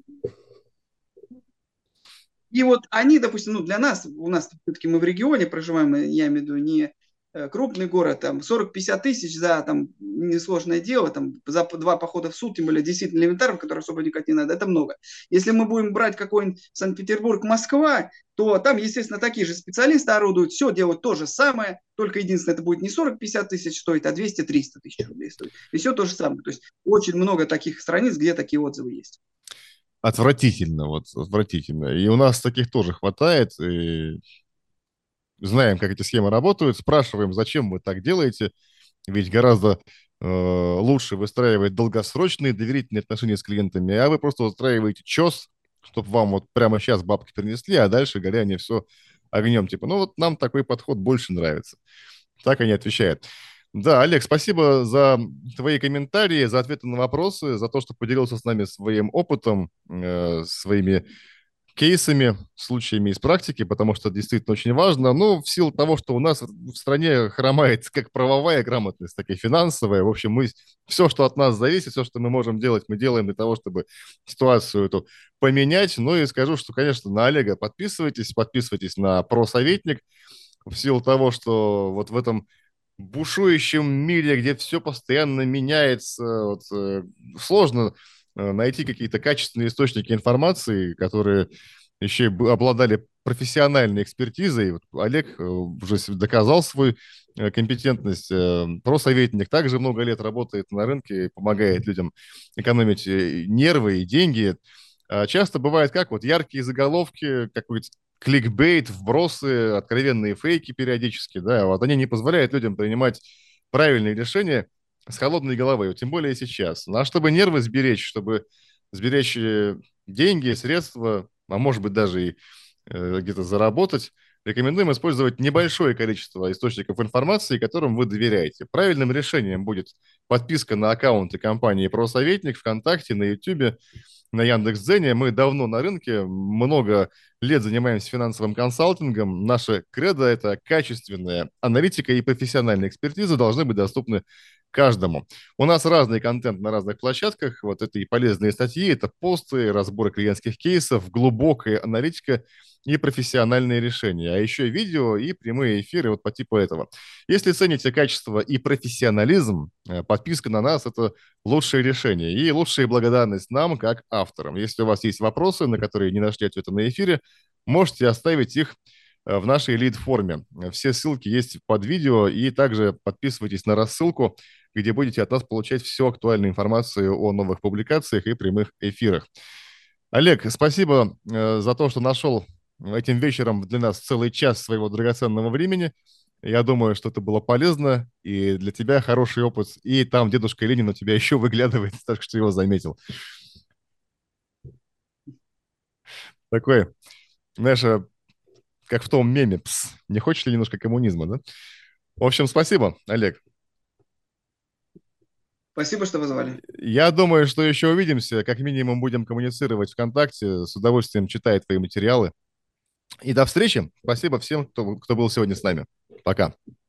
B: И вот они, допустим, ну, для нас, у нас все-таки мы в регионе проживаем, я имею в виду не э, крупный город, там сорок-пятьдесят тысяч за там несложное дело, там за два похода в суд, тем более действительно элементарно, который особо никак не надо, это много. Если мы будем брать какой-нибудь Санкт-Петербург, Москва, то там, естественно, такие же специалисты орудуют, все делают то же самое, только единственное, это будет не сорок-пятьдесят тысяч стоить, а двести-триста тысяч рублей стоит. И все то же самое. То есть очень много таких страниц, где такие отзывы есть.
A: Отвратительно, вот, отвратительно. И у нас таких тоже хватает. И знаем, как эти схемы работают, спрашиваем, зачем вы так делаете, ведь гораздо э, лучше выстраивать долгосрочные доверительные отношения с клиентами, а вы просто устраиваете чес, чтобы вам вот прямо сейчас бабки принесли, а дальше горяние все огнем. Типа, ну вот нам такой подход больше нравится. Так они отвечают. Да, Олег, спасибо за твои комментарии, за ответы на вопросы, за то, что поделился с нами своим опытом, э, своими кейсами, случаями из практики, потому что это действительно очень важно. Но в силу того, что у нас в стране хромает как правовая грамотность, так и финансовая, в общем, мы все, что от нас зависит, все, что мы можем делать, мы делаем для того, чтобы ситуацию эту поменять. Ну и скажу, что, конечно, на Олега подписывайтесь, подписывайтесь на «Просоветник», в силу того, что вот в этом бушующем мире, где все постоянно меняется, вот, э, сложно э, найти какие-то качественные источники информации, которые еще и б- обладали профессиональной экспертизой. Вот Олег э, уже с- доказал свою э, компетентность. Э, Просоветник также много лет работает на рынке, помогает людям экономить э, нервы и деньги. А часто бывает как? Вот яркие заголовки, какой-то кликбейт, вбросы, откровенные фейки периодически, да, вот они не позволяют людям принимать правильные решения с холодной головой, вот тем более сейчас. Ну, а чтобы нервы сберечь, чтобы сберечь э, деньги, средства, а может быть даже и э, где-то заработать, рекомендуем использовать небольшое количество источников информации, которым вы доверяете. Правильным решением будет подписка на аккаунты компании «Просоветник» ВКонтакте, на Ютубе, на Яндекс.Дзене. Мы давно на рынке, много лет занимаемся финансовым консалтингом. Наша кредо – это качественная аналитика и профессиональная экспертиза должны быть доступны каждому. У нас разный контент на разных площадках. Вот это и полезные статьи, это посты, разборы клиентских кейсов, глубокая аналитика и профессиональные решения. А еще и видео и прямые эфиры вот по типу этого. Если цените качество и профессионализм, э, подписка на нас – это лучшее решение и лучшая благодарность нам, как авторам. Если у вас есть вопросы, на которые не нашли ответа на эфире, можете оставить их э, в нашей лид-форме. Все ссылки есть под видео, и также подписывайтесь на рассылку, где будете от нас получать всю актуальную информацию о новых публикациях и прямых эфирах. Олег, спасибо э, за то, что нашел этим вечером для нас целый час своего драгоценного времени. Я думаю, что это было полезно, и для тебя хороший опыт. И там дедушка Ленин у тебя еще выглядывает, так что его заметил. Такой, знаешь, э, как в том меме, «Пс, не хочешь ли немножко коммунизма, да?» В общем, спасибо, Олег.
B: Спасибо, что позвали.
A: Я думаю, что еще увидимся. Как минимум будем коммуницировать ВКонтакте. С удовольствием читаю твои материалы. И до встречи. Спасибо всем, кто, кто был сегодня с нами. Пока.